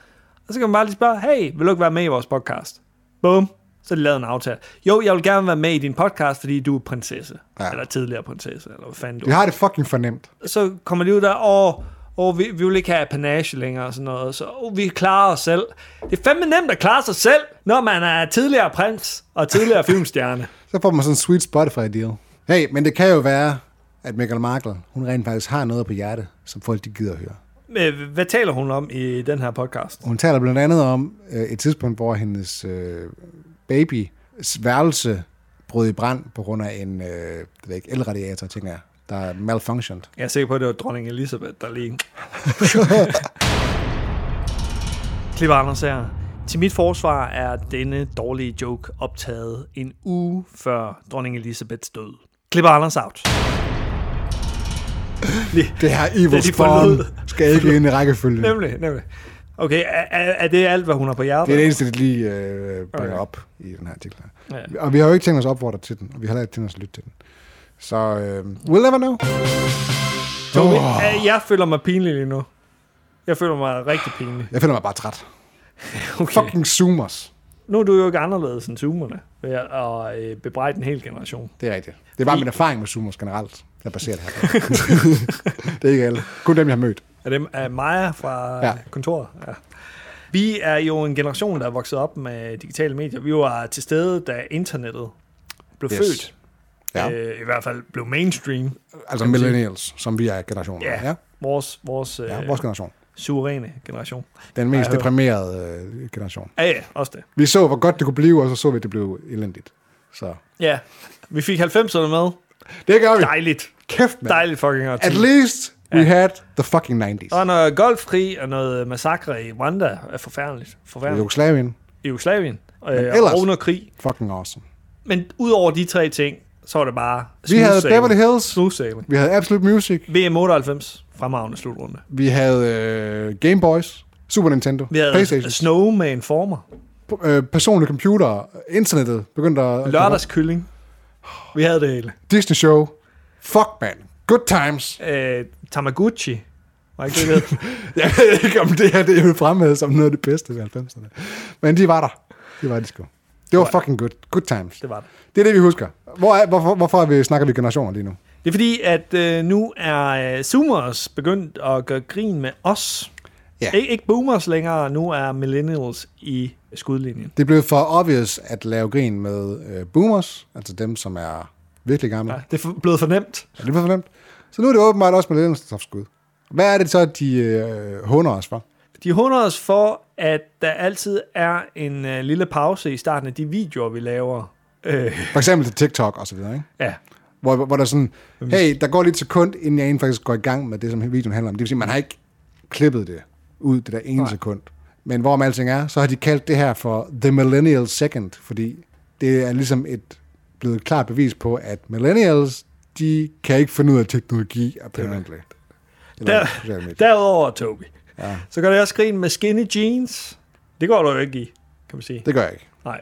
Og så kan man bare lige spørge, hey, vil du ikke være med i vores podcast? Boom. Så er de lavet en aftale. Jo, jeg vil gerne være med i din podcast, fordi du er prinsesse. Ja. Eller tidligere prinsesse, eller hvad fanden du er. De har det fucking fornemt. Så kommer de ud der, vi vil ikke have apanage længere og sådan noget. Så vi klarer os selv. Det er fandme nemt at klare sig selv, når man er tidligere prins og tidligere filmstjerne. Så får man sådan en sweet Spotify-deal. Hey, men det kan jo være, at Meghan Markle, hun rent faktisk har noget på hjerte, som folk de gider at høre. Hvad taler hun om i den her podcast? Hun taler blandt andet om et tidspunkt, hvor hendes babys værelse brød i brand på grund af en elradiator, tænker jeg, der er malfunctioned. Jeg er sikker på, at det var dronning Elizabeth, der lige... Klip Anders her. Til mit forsvar er denne dårlige joke optaget en uge før dronning Elizabeths død. Klip Anders out. Det her evil spawn skal ikke ind i rækkefølgen. Nemlig. Okay, er det alt, hvad hun har på hjertet? Det er det eneste, det lige bringer op i den her artikel. Ja. Og vi har jo ikke tænkt os opfordre til den, og vi har heller ikke tænkt os at lytte til den. Så we'll never know. Jeg føler mig pinlig lige nu. Jeg føler mig rigtig pinlig. Jeg føler mig bare træt. Okay. Fucking zoomers. Nu er du jo ikke anderledes end zoomerne, ved at bebrejde en hel generation. Det er rigtigt. Det er bare min erfaring med zoomers generelt, der baserer det her. Det er ikke alle. Kun dem, jeg har mødt. Er Maja fra kontoret? Ja. Vi er jo en generation, der er vokset op med digitale medier. Vi var til stede, da internettet blev født. Ja. I hvert fald blev mainstream. Altså millennials, som vi er generationen. Ja. Vores generation. Suveræne generation. Den mest deprimerede generation. Ja, også det. Vi så, hvor godt det kunne blive, og så vi, at det blev elendigt. Så. Ja, vi fik 90'erne med. Det gør vi. Dejligt. Kæft, man. Dejligt fucking årti. At least we had the fucking 90s. Og noget golfkrig og noget massakre i Rwanda er forfærdeligt. Jugoslavien. Og noget krig. Fucking awesome. Men udover de tre ting, så var det bare vi havde Beverly Hills. Smooth sailing. Vi havde Absolute Music. VM 98. Fremragende slutrunde. Vi havde Game Boys. Super Nintendo. Vi havde PlayStation. Snow med en former. Personlige computer. Internettet begyndte at... Lørdagskylling. Vi havde det hele. Disney Show. Fuck, man. Good times. Tamagotchi. Var ikke det? Jeg ved ikke, om det her det er jo fremhævet som noget af det bedste i 90'erne. Men de var der. Det var de sgu. Det var fucking good. Good times. Det var det. Det er det, vi husker. Hvorfor snakker vi generationer lige nu? Det er fordi, at nu er Zoomers begyndt at gøre grin med os. Ja. Ikke boomers længere, nu er millennials i skudlinjen. Det er blevet for obvious at lave grin med boomers, altså dem, som er virkelig gamle. Ja, det er blevet for nemt. Ja, det er blevet for nemt. Så nu er det åbenbart også millennials, der tager skud. Hvad er det så, de hunder os for? De hunder os for, at der altid er en lille pause i starten af de videoer, vi laver. For eksempel til TikTok og så videre, ikke? Ja. Hvor der er sådan, hey, der går lidt sekund, inden jeg faktisk går i gang med det, som videoen handler om. Det vil sige, man har ikke klippet det ud, det der ene sekund. Men hvorom alting er, så har de kaldt det her for The Millennial Second, fordi det er ligesom blevet et klart bevis på, at millennials, de kan ikke finde ud af teknologi, apparently. Derudover, Toby, så går det også grin med skinny jeans. Det går du jo ikke i, kan man sige. Det gør jeg ikke. Nej.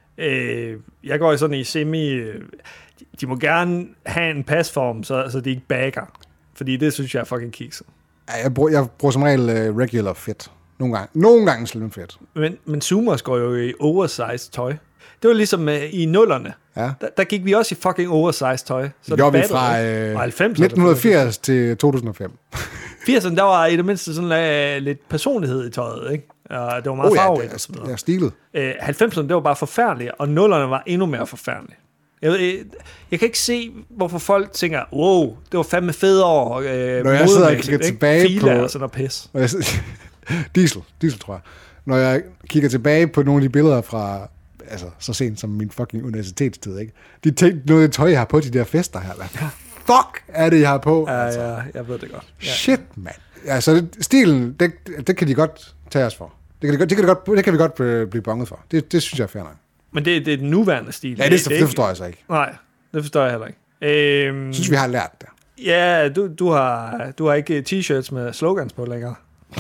Jeg går sådan i semi... De må gerne have en pasform, så de ikke bagger. Fordi det synes jeg er fucking kikset. Jeg bruger som regel regular fit. Nogle gange slim fit. Men Zoomers går jo i oversized tøj. Det var ligesom i nullerne. Ja. Der gik vi også i fucking oversized tøj. Så det gjorde vi fra 1980 til 2005. 80'erne, der var i det mindste sådan lidt personlighed i tøjet, ikke? Det var meget farverigt og så videre. Det er stilet. 90'erne, det var bare forfærdeligt, og nullerne var endnu mere forfærdelige. Jeg kan ikke se, hvorfor folk tænker, wow, det var fandme fede år. Når jeg sidder og kigger tilbage Fila på... og sådan noget pis. Diesel, tror jeg. Når jeg kigger tilbage på nogle af de billeder fra, altså så sent som min fucking universitetstid, ikke? De tænkte, noget af det tøj, jeg har på de der fester her. Hvad fuck er det, jeg har på? Ja, altså. Ja, jeg ved det godt. Ja. Shit, mand. Ja, så stilen, det kan de godt tage os for. Det kan vi godt blive bonget for. Det synes jeg er fair nok. Men det er den nuværende stil. Ja, det forstår jeg så ikke. Nej, det forstår jeg heller ikke. Synes vi har lært det. Ja, du har ikke t-shirts med slogans på længere.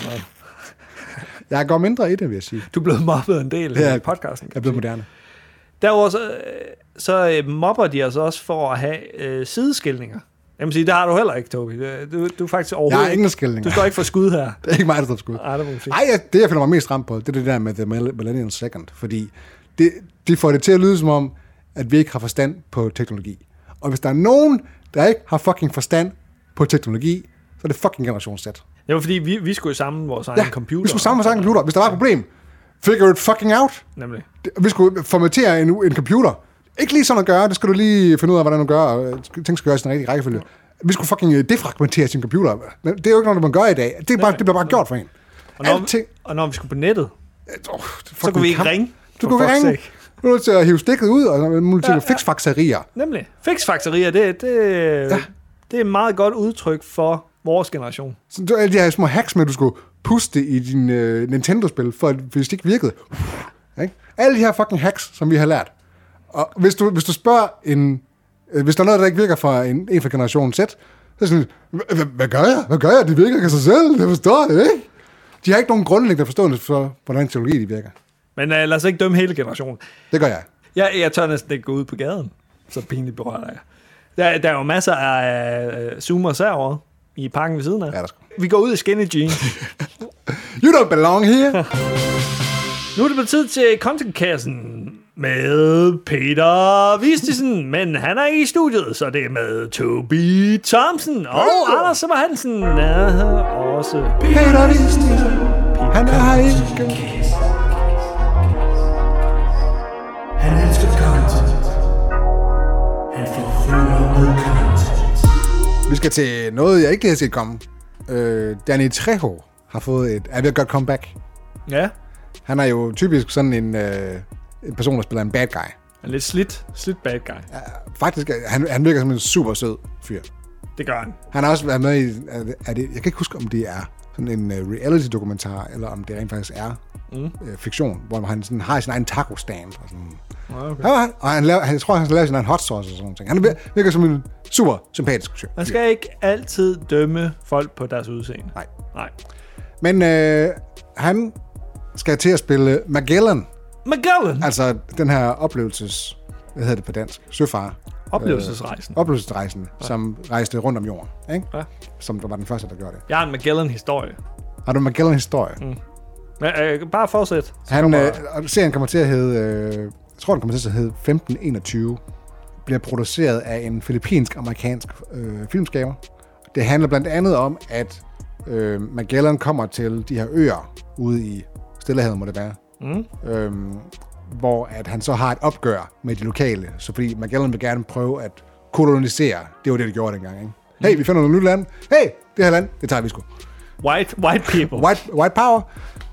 Jeg går mindre i det, vil jeg sige. Du er blevet mobbet en del i podcasten. Jeg er blevet moderne. Derudover så mobber de os også for at have sideskilninger. Jeg må sige, det har du heller ikke, Tobi. Du er faktisk overhovedet... Jeg har ingen skældning. Du står ikke for skud her. Det er ikke mig, der står for skud. Det jeg føler mig mest ramt på, det er det der med The Millennial Second. Fordi det får det til at lyde som om, at vi ikke har forstand på teknologi. Og hvis der er nogen, der ikke har fucking forstand på teknologi, så er det fucking Generation Z. Det var fordi, vi skulle samle vores egen computer. Vi skulle samle vores egen computer. Hvis der var et problem, figure it fucking out. Nemlig. Vi skulle formatere en computer. Ikke lige sådan at gøre, det skal du lige finde ud af, hvordan du gør, og ting skal gøres i den rigtige rækkefølge. Vi skulle fucking defragmentere sin computer. Men det er jo ikke noget, man gør i dag. Det bliver bare gjort for en. Og når vi skulle på nettet, så kunne vi ikke ringe. Du kunne ringe. Du er nødt til at hive stikket ud, og nu til at fiksfakserier. Nemlig. Fiksfakserier, det er et meget godt udtryk for vores generation. Så de her små hacks med, at du skulle puste i din Nintendo-spil, for hvis det ikke virkede. Ikke? Alle de her fucking hacks, som vi har lært. Og hvis du spørger hvis der er noget, der ikke virker for en fra generationen Z, så er sådan, hvad gør jeg? Hvad gør jeg? Det virker ikke af sig selv. Det forstår jeg ikke. De har ikke nogen grundlæggende forståelse for, hvordan teknologi de virker. Men lad os ikke dømme hele generationen. Det gør jeg. Jeg tør næsten ikke gå ud på gaden. Så pinligt berørt af jeg. Der er jo masser af zoomers herovre i parken ved siden af. Ja, vi går ud i skinny jeans. You don't belong here. Nu er det blevet tid til contentkassen med Peter Vistisen, men han er ikke i studiet, så det er med Toby Thompson og Anders Simmer Hansen er her også. Peter Vistisen, han er her ikke. Han elsker content. Han forfølger med content. Vi skal til noget, jeg ikke har set komme. Danny Trejo har fået et godt comeback. Ja. Han er jo typisk sådan en person, der spiller en bad guy. En lidt slidt bad guy. Ja, faktisk, han virker som en super sød fyr. Det gør han. Han har også været med i, jeg kan ikke huske, om det er sådan en reality-dokumentar, eller om det rent faktisk er fiktion, hvor han sådan har sin egen taco-stand. Og sådan. Okay. Og jeg tror, han skal lave sin egen hot sauce og sådan noget. Han virker som en super sympatisk fyr. Man skal ikke altid dømme folk på deres udseende. Nej. Men han skal til at spille Magellan. Altså den her oplevelses... Hvad hedder det på dansk? Søfar. Oplevelsesrejsen. Som rejste rundt om jorden. Ikke? Ja. Som der var den første, der gjorde det. Jeg har en Magellan-historie. Har du en Magellan-historie? Men, bare fortsæt. Serien kommer til at hedde... jeg tror, den kommer til at hedde 1521. Bliver produceret af en filippinsk-amerikansk filmskaber. Det handler blandt andet om, at Magellan kommer til de her øer ude i Stillehavet, må det være. Hvor at han så har et opgør med de lokale. Så fordi Magellan vil gerne prøve at kolonisere. Det var det, de gjorde dengang. Ikke? Hey, vi finder noget nyt land. Hey, det her land, det tager vi sgu. White people. White power.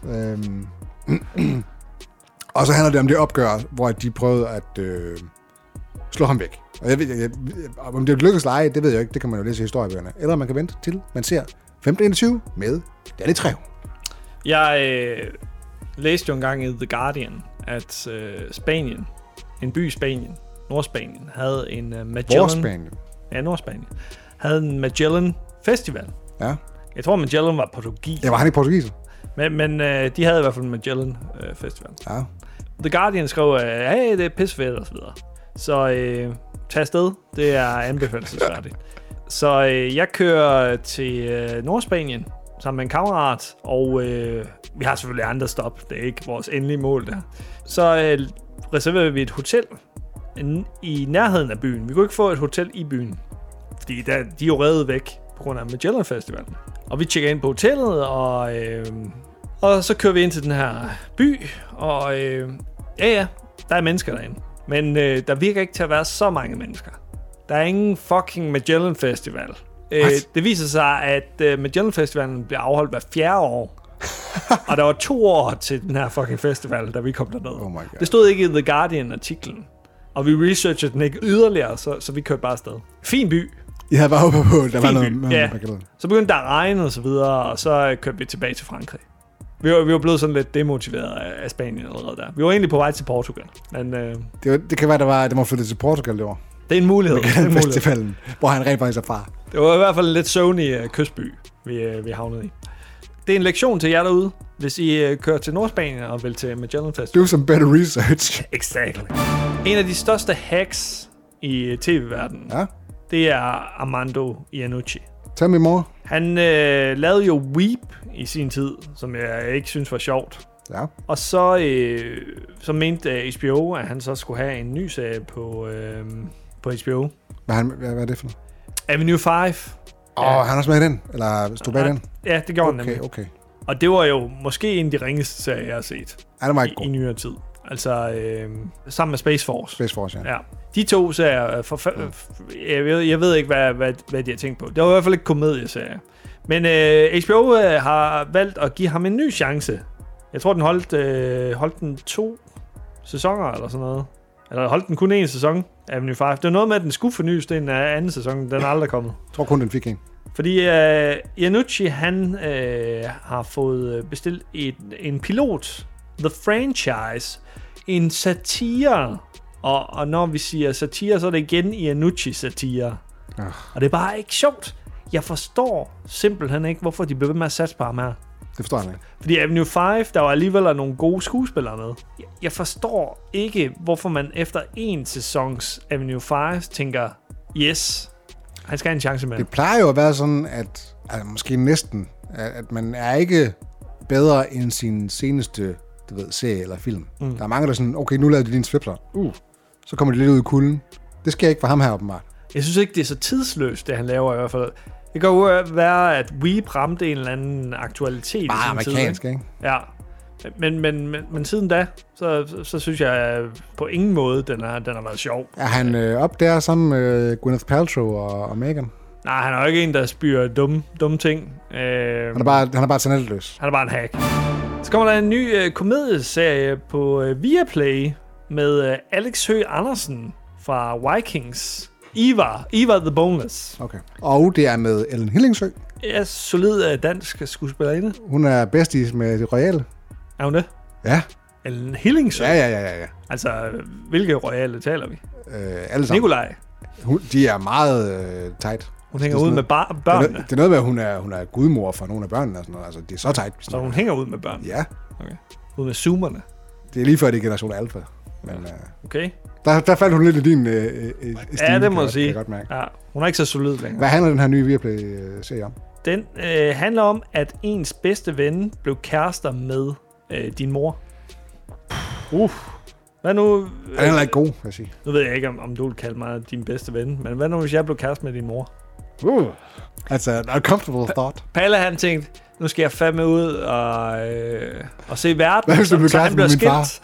Og så handler det om det opgør, hvor de prøvede at slå ham væk. Og jeg ved, om det lykkes lege, det ved jeg ikke. Det kan man jo læse i historiebøgerne. Eller man kan vente til, man ser 1521 med Danny Trejo. Jeg læste jo engang i The Guardian, at Spanien, en by i Spanien, Nordspanien, havde en Magellan... Nordspanien? Ja, Nordspanien. Havde en Magellan Festival. Ja. Jeg tror, Magellan var portugis. Ja, var han ikke portugiser? Men de havde i hvert fald en Magellan Festival. Ja. The Guardian skrev, hey, det er pissefedt og så videre. Så tag afsted. Det er anbefalelsesværdigt. Så jeg kører til Nordspanien sammen med en kammerat, og vi har selvfølgelig andre stop. Det er ikke vores endelige mål der. Så reserverede vi et hotel i nærheden af byen. Vi kunne ikke få et hotel i byen, fordi de er jo reddet væk på grund af Magellan Festivalen. Og vi tjekker ind på hotellet, og så kører vi ind til den her by, og ja, der er mennesker derinde. Men der virker ikke til at være så mange mennesker. Der er ingen fucking Magellan Festival. Det viser sig, at Magellan Festivalen bliver afholdt hver 4. år. Og der var 2 år til den her fucking festival, da vi kom derned. Oh det stod ikke i The Guardian-artiklen. Og vi researchede den ikke yderligere, så vi kørte bare afsted. Fin by. Jeg havde bare håbet på, at der var noget med ja. Magellan. Så begyndte der at regne og så videre, og så kørte vi tilbage til Frankrig. Vi var blevet sådan lidt demotiveret af Spanien allerede der. Vi var egentlig på vej til Portugal. Men, det kan være, at det må flytte til Portugal det år. Det er en mulighed. Festivalen, hvor han rent faktisk er fra. Det var i hvert fald en lidt søvnig kystby, vi havnede i. Det er en lektion til jer derude, hvis I kører til Nordspanien og vil til Magellan Festival. Do some better research. Exactly. En af de største hacks i tv-verdenen, det er Armando Iannucci. Tell me more. Han lavede jo Weep i sin tid, som jeg ikke synes var sjovt. Ja. Og så mente HBO, at han så skulle have en ny serie på HBO. Hvad er det for noget? Avenue 5. Han er også med i den? Eller stod bag den? Ja, det gjorde han nemlig. Okay. Og det var jo måske en af de ringeste serier, jeg har set Det var ikke i nyere tid. Altså sammen med Space Force. Space Force, ja. De to serier, jeg ved ikke, hvad de har tænkt på. Det var i hvert fald ikke komedieserie. Men HBO har valgt at give ham en ny chance. Jeg tror, den holdt den 2 sæsoner eller sådan noget. Eller holdt den kun 1 sæson, Avenue 5. Det var noget med, at den skulle fornyes, det er en anden sæson. Den er aldrig kommet. Jeg tror kun, den fik en. Fordi Iannucci, han har fået bestilt en pilot. The Franchise. En satire. Og når vi siger satire, så er det igen Iannucci-satire. Og det er bare ikke sjovt. Jeg forstår simpelthen ikke, hvorfor de bliver ved med at satse på ham her. Det forstår jeg ikke. Fordi Avenue 5, der var alligevel nogle gode skuespillere med. Jeg forstår ikke, hvorfor man efter en sæsons Avenue 5 tænker, yes, han skal have en chance med. Det plejer jo at være sådan, at måske næsten, at man er ikke bedre end sin seneste serie eller film. Der er mange, der er sådan, okay, nu lavede de dine svipser. Så kommer de lidt ud i kulden. Det sker ikke for ham her, åbenbart. Jeg synes ikke, det er så tidsløst, det han laver i hvert fald. Det kan jo være, at Weep ramte en eller anden aktualitet. Bare amerikansk, ikke? Ja. Men siden da, så synes jeg på ingen måde, den har været sjov. Er han op der sammen med Gwyneth Paltrow og Megan? Nej, han er jo ikke en, der spyrer dumme ting. Han er bare talentløs. Han er bare en hack. Så kommer der en ny komedieserie på Viaplay med Alex Høgh Andersen fra Vikings. Eva the Boneless. Okay. Og det er med Ellen Hillingsø. Ja, solid dansk skuespillerinde. Hun er bedstis med det royale. Er hun det? Ja. Ellen Hillingsø? Ja. Altså, hvilke royale taler vi? Alle sammen. Nikolaj. De er meget tight. Hun hænger ud med børnene. Det er noget med, at hun er gudmor for nogle af børnene og sådan noget. Altså, det er så tight. Så hun hænger ud med børnene? Ja. Okay. Ud med zoomerne? Det er lige før, det er generation alfa. Men, okay. Der faldt hun lidt i din stil. Ja, det må jeg sige. Jeg godt mærke. Ja, hun er ikke så solid længere. Hvad handler den her nye Viaplay-serie om? Den handler om, at ens bedste ven blev kærester med din mor. Hvad nu? Den er ikke god, vil jeg sige. Nu ved jeg ikke, om du vil kalde mig din bedste ven, men hvad nu, hvis jeg blev kærester med din mor? That's an uncomfortable thought. Palle, han tænkte, nu skal jeg fandme ud og se verden. Hvad hvis du blev kærester med min far?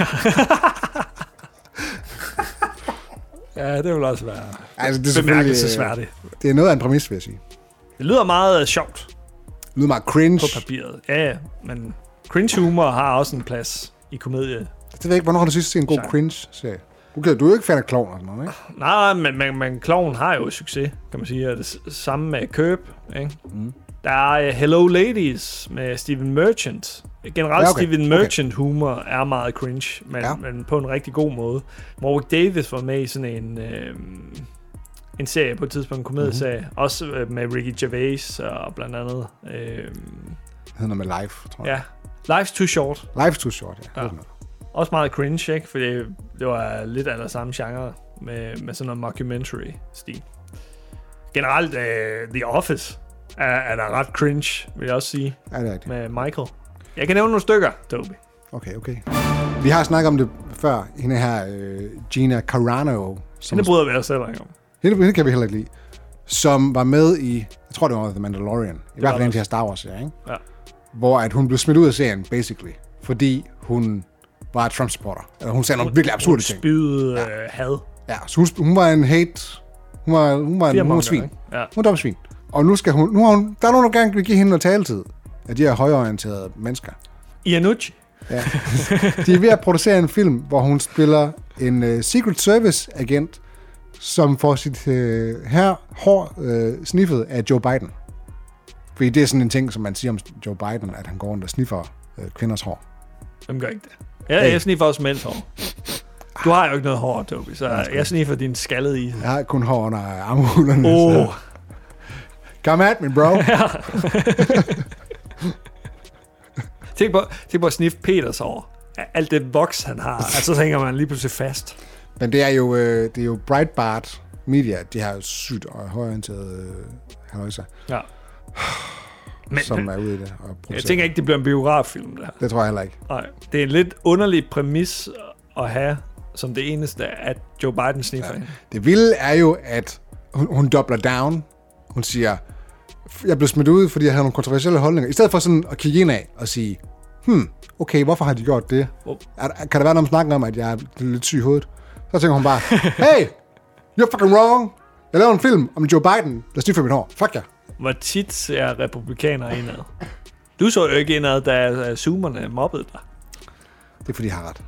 Ja, det vil også være det er bemærkelsesværdigt. Det er noget af en præmis, vil jeg sige. Det lyder meget sjovt. Det lyder meget cringe. På papiret. Ja, men cringe humor har også en plads i komedie. Det ved jeg ikke, hvornår har du sidst set en god cringe-serie? Okay, du er jo ikke fan af klovn og sådan noget, ikke? Nej, men klovn har jo succes, kan man sige. Og det samme med Curb, ikke? Der er Hello Ladies med Stephen Merchant. Generelt Stephen Merchant humor er meget cringe, men på en rigtig god måde. Warwick Davis var med i sådan en serie på et tidspunkt, en komedieserie. Også med Ricky Gervais og blandt andet. Det hedder med Life, tror jeg. Ja, Life's Too Short. Life's Too Short, ja. Også meget cringe, ikke? Fordi det var lidt af det samme genre med sådan noget mockumentary-stil. Generelt, The Office er der ret cringe, vil jeg også sige. Ja, det er rigtigt. Med Michael. Jeg kan nævne nogle stykker, Toby. Okay. Vi har snakket om det før. Hende her, Gina Carano. Hende bryder vi os selv ikke om. Hende kan vi heller ikke lide. Som var med i, jeg tror det var The Mandalorian. I hvert fald en af de her Star Wars-serier, ikke? Ja. Hvor at hun blev smidt ud af serien, basically. Fordi hun var Trump-supporter. Eller hun sagde nogle virkelig absurde ting. Hun spydede had. Ja, så hun var en hate. Hun var svin. Ja. Hun var svin. Og nu skal hun, der er nogen, der gerne vil give hende noget taletid af de her højorienterede mennesker. Iannucci. Ja. De er ved at producere en film, hvor hun spiller en Secret Service agent, som får sit hår sniffet af Joe Biden. Fordi det er sådan en ting, som man siger om Joe Biden, at han går rundt og sniffer kvinders hår. Hvem gør ikke det? Jeg sniffer også mænds hår. Du har jo ikke noget hår, Toby, så jeg sniffer din skaldede i. Jeg har kun hår under armhulerne. Come at me, bro. Tænk på at sniffe Peters hår. Alt det voks, han har. Altså, så hænger man lige pludselig fast. Men det er jo Breitbart Media, de har jo sygt og højorienteret halløjser, Ja. som er ude i det. Og Jeg tænker ikke, det bliver en biograffilm, det her. Det tror jeg heller ikke. Nej. Det er en lidt underlig præmis at have som det eneste, at Joe Biden sniffer hende. Det vilde er jo, at hun dobler down. Hun siger, jeg blev smidt ud, fordi jeg havde nogle kontroversielle holdninger. I stedet for sådan at kigge ind af og sige, okay, hvorfor har de gjort det? Kan der være noget snakken om, at jeg er lidt syg i hovedet? Så tænker hun bare, hey, you're fucking wrong. Jeg laver en film om Joe Biden, der sniffer mit hår. Fuck jer. Hvor tit ser republikanere indad? Du så jo ikke indad, da zoomerne mobbede dig. Det er fordi, jeg har ret.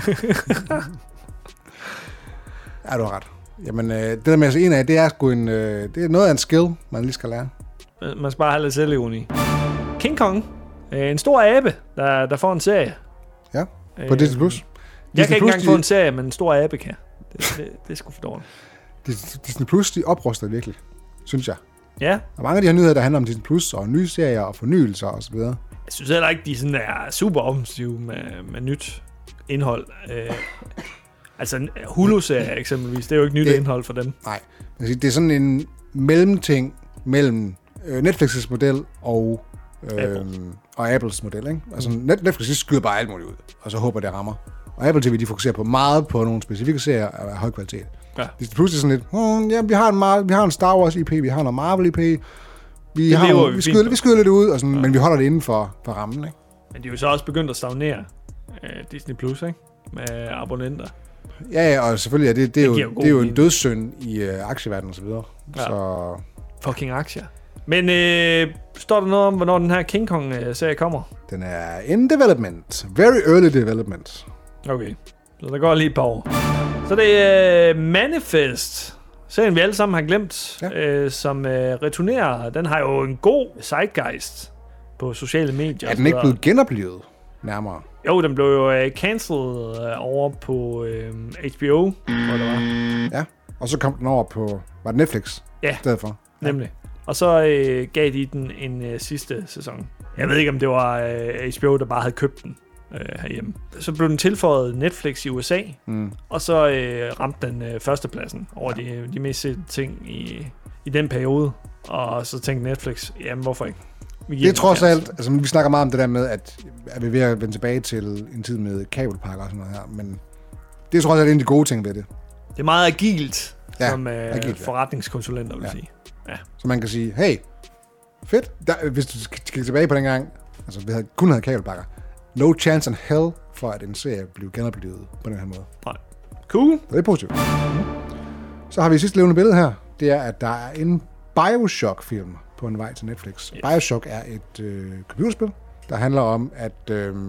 Ja, du har ret. Jamen, det der med at se en af, det er sgu det er noget af en skill, man lige skal lære. Man skal bare have lidt selvironi. King Kong. En stor abe, der får en serie. Ja, på Disney+. Jeg kan ikke engang få en serie, men en stor abe kan. Det er sgu for dårligt. Disney Plus, de opruster virkelig, synes jeg. Ja. Der er mange af de her nyheder, der handler om Disney Plus og nye serier og fornyelser og så videre. Jeg synes heller ikke, de sådan er super offensive med nyt indhold. Altså Hulu-serie eksempelvis, det er jo ikke nyt indhold for dem. Nej, det er sådan en mellemting mellem Netflix's model og Apples model, ikke? Altså Netflix skyder bare alt muligt ud, og så håber det rammer. Og Apple TV, de fokuserer på meget på nogle specifikke serier af høj kvalitet. Ja. Det er pludselig sådan lidt, ja, vi har en Star Wars IP, vi har noget Marvel IP, vi skyder lidt ud, og sådan, men vi holder det inden for rammen, ikke? Men de er jo så også begyndt at stagnere Disney Plus, ikke? Med abonnenter. Ja, og selvfølgelig, det er jo en dødssynd i aktieverdenen og så videre. Ja. Så fucking aktier. Men står der noget om, hvornår den her King Kong-serie kommer? Den er in development. Very early development. Okay, så der går lige et par år. Så det er Manifest, serien vi alle sammen har glemt, som returnerer. Den har jo en god zeitgeist på sociale medier. Er den ikke blevet genoplevet nærmere? Jo, den blev jo cancelled over på HBO, hvor det var. Ja, og så kom den over på Netflix i stedet for. Nemlig. Og så gav de den en sidste sæson. Jeg ved ikke, om det var HBO, der bare havde købt den herhjemme. Så blev den tilføjet Netflix i USA, og så ramte den førstepladsen over de mest sette ting i den periode. Og så tænkte Netflix, jamen hvorfor ikke? Det er trods alt, altså vi snakker meget om det der med, at vi er ved at vende tilbage til en tid med kabelpakker og sådan noget her, men det er trods alt en af de gode ting ved det. Det er meget agilt, som forretningskonsulenter vil sige. Ja. Så man kan sige, hey, fedt, hvis du kigger tilbage på den gang, altså vi kun havde kabelpakker, no chance in hell for, at en serie blev genoplevet på den her måde. Nej. Cool. Så det er positivt. Så har vi sidste levende billede her, det er, at der er en Bioshock-film på en vej til Netflix. Yes. Bioshock er et computerspil, der handler om, at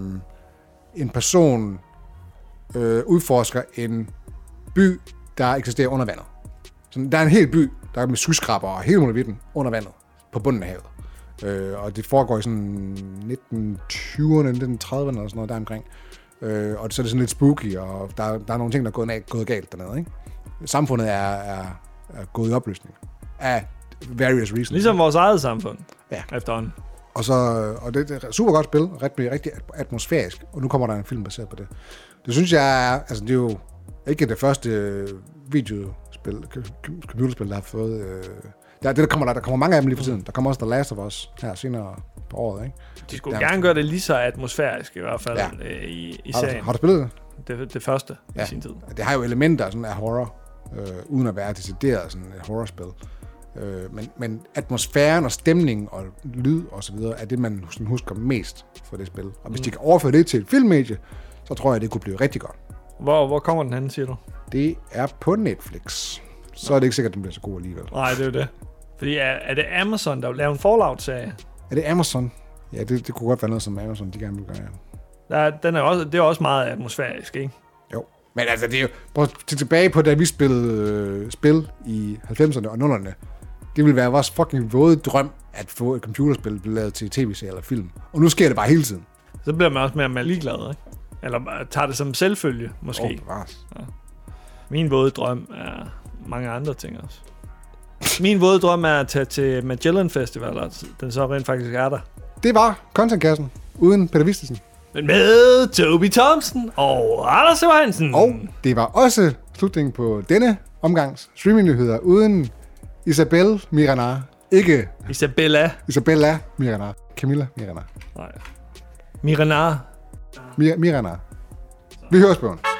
en person udforsker en by, der eksisterer under vandet. Så der er en hel by, der er med skyskraber og hele muligheden under vandet, på bunden af havet. Og det foregår i sådan 1920'erne, 1930'erne eller sådan noget deromkring. Og så er det sådan lidt spooky, og der er nogle ting, der er gået galt dernede, ikke? Samfundet er gået i opløsning af various reasons. Ligesom vores eget samfund. Ja. Efterhånden. Og det er et super godt spil, rigtig atmosfærisk, og nu kommer der en film baseret på det. Det synes jeg altså det er jo ikke det første videospil, computerspil, der har fået. Der kommer mange af dem lige for tiden. Der kommer også The Last of Us her senere på året, ikke? De skulle gerne gøre det lige så atmosfærisk i hvert fald i serien. Har du spillet det? Det første i sin tid. Det har jo elementer sådan af horror, uden at være decideret sådan et horrorspil. Men atmosfæren og stemningen og lyd og så videre er det, man husker mest for det spil. Og hvis de kan overføre det til et filmmedie, så tror jeg, det kunne blive rigtig godt. Hvor kommer den hen, siger du? Det er på Netflix. Så er det ikke sikkert, at den bliver så god alligevel. Nej, det er jo det. Fordi er det Amazon, der vil lave en Fallout-serie? Er det Amazon? Ja, det kunne godt være noget, som Amazon de gerne vil gøre, ja. Det er også meget atmosfærisk, ikke? Jo. Men altså, det er jo... Prøv at tilbage på, da vi spillede spil i 90'erne og 00'erne. Det ville være vores fucking våde drøm, at få et computerspil lavet til tv-serie eller film. Og nu sker det bare hele tiden. Så bliver man også mere og mere ligeglad, ikke? Eller tager det som selvfølge, måske. Ja. Min våde drøm er mange andre ting også. Min våde drøm er at tage til Magellan Festival, og den så rent faktisk er der. Det var Contentkassen, uden Peter Vistesen. Men med Toby Thompson og Anders Johansen. Og det var også slutningen på denne omgangs streamingnyheder uden Isabelle Miranar. Ikke Isabella Miranar. Camilla Miranar. Nej. Miranar. Miranar. Vi høres på.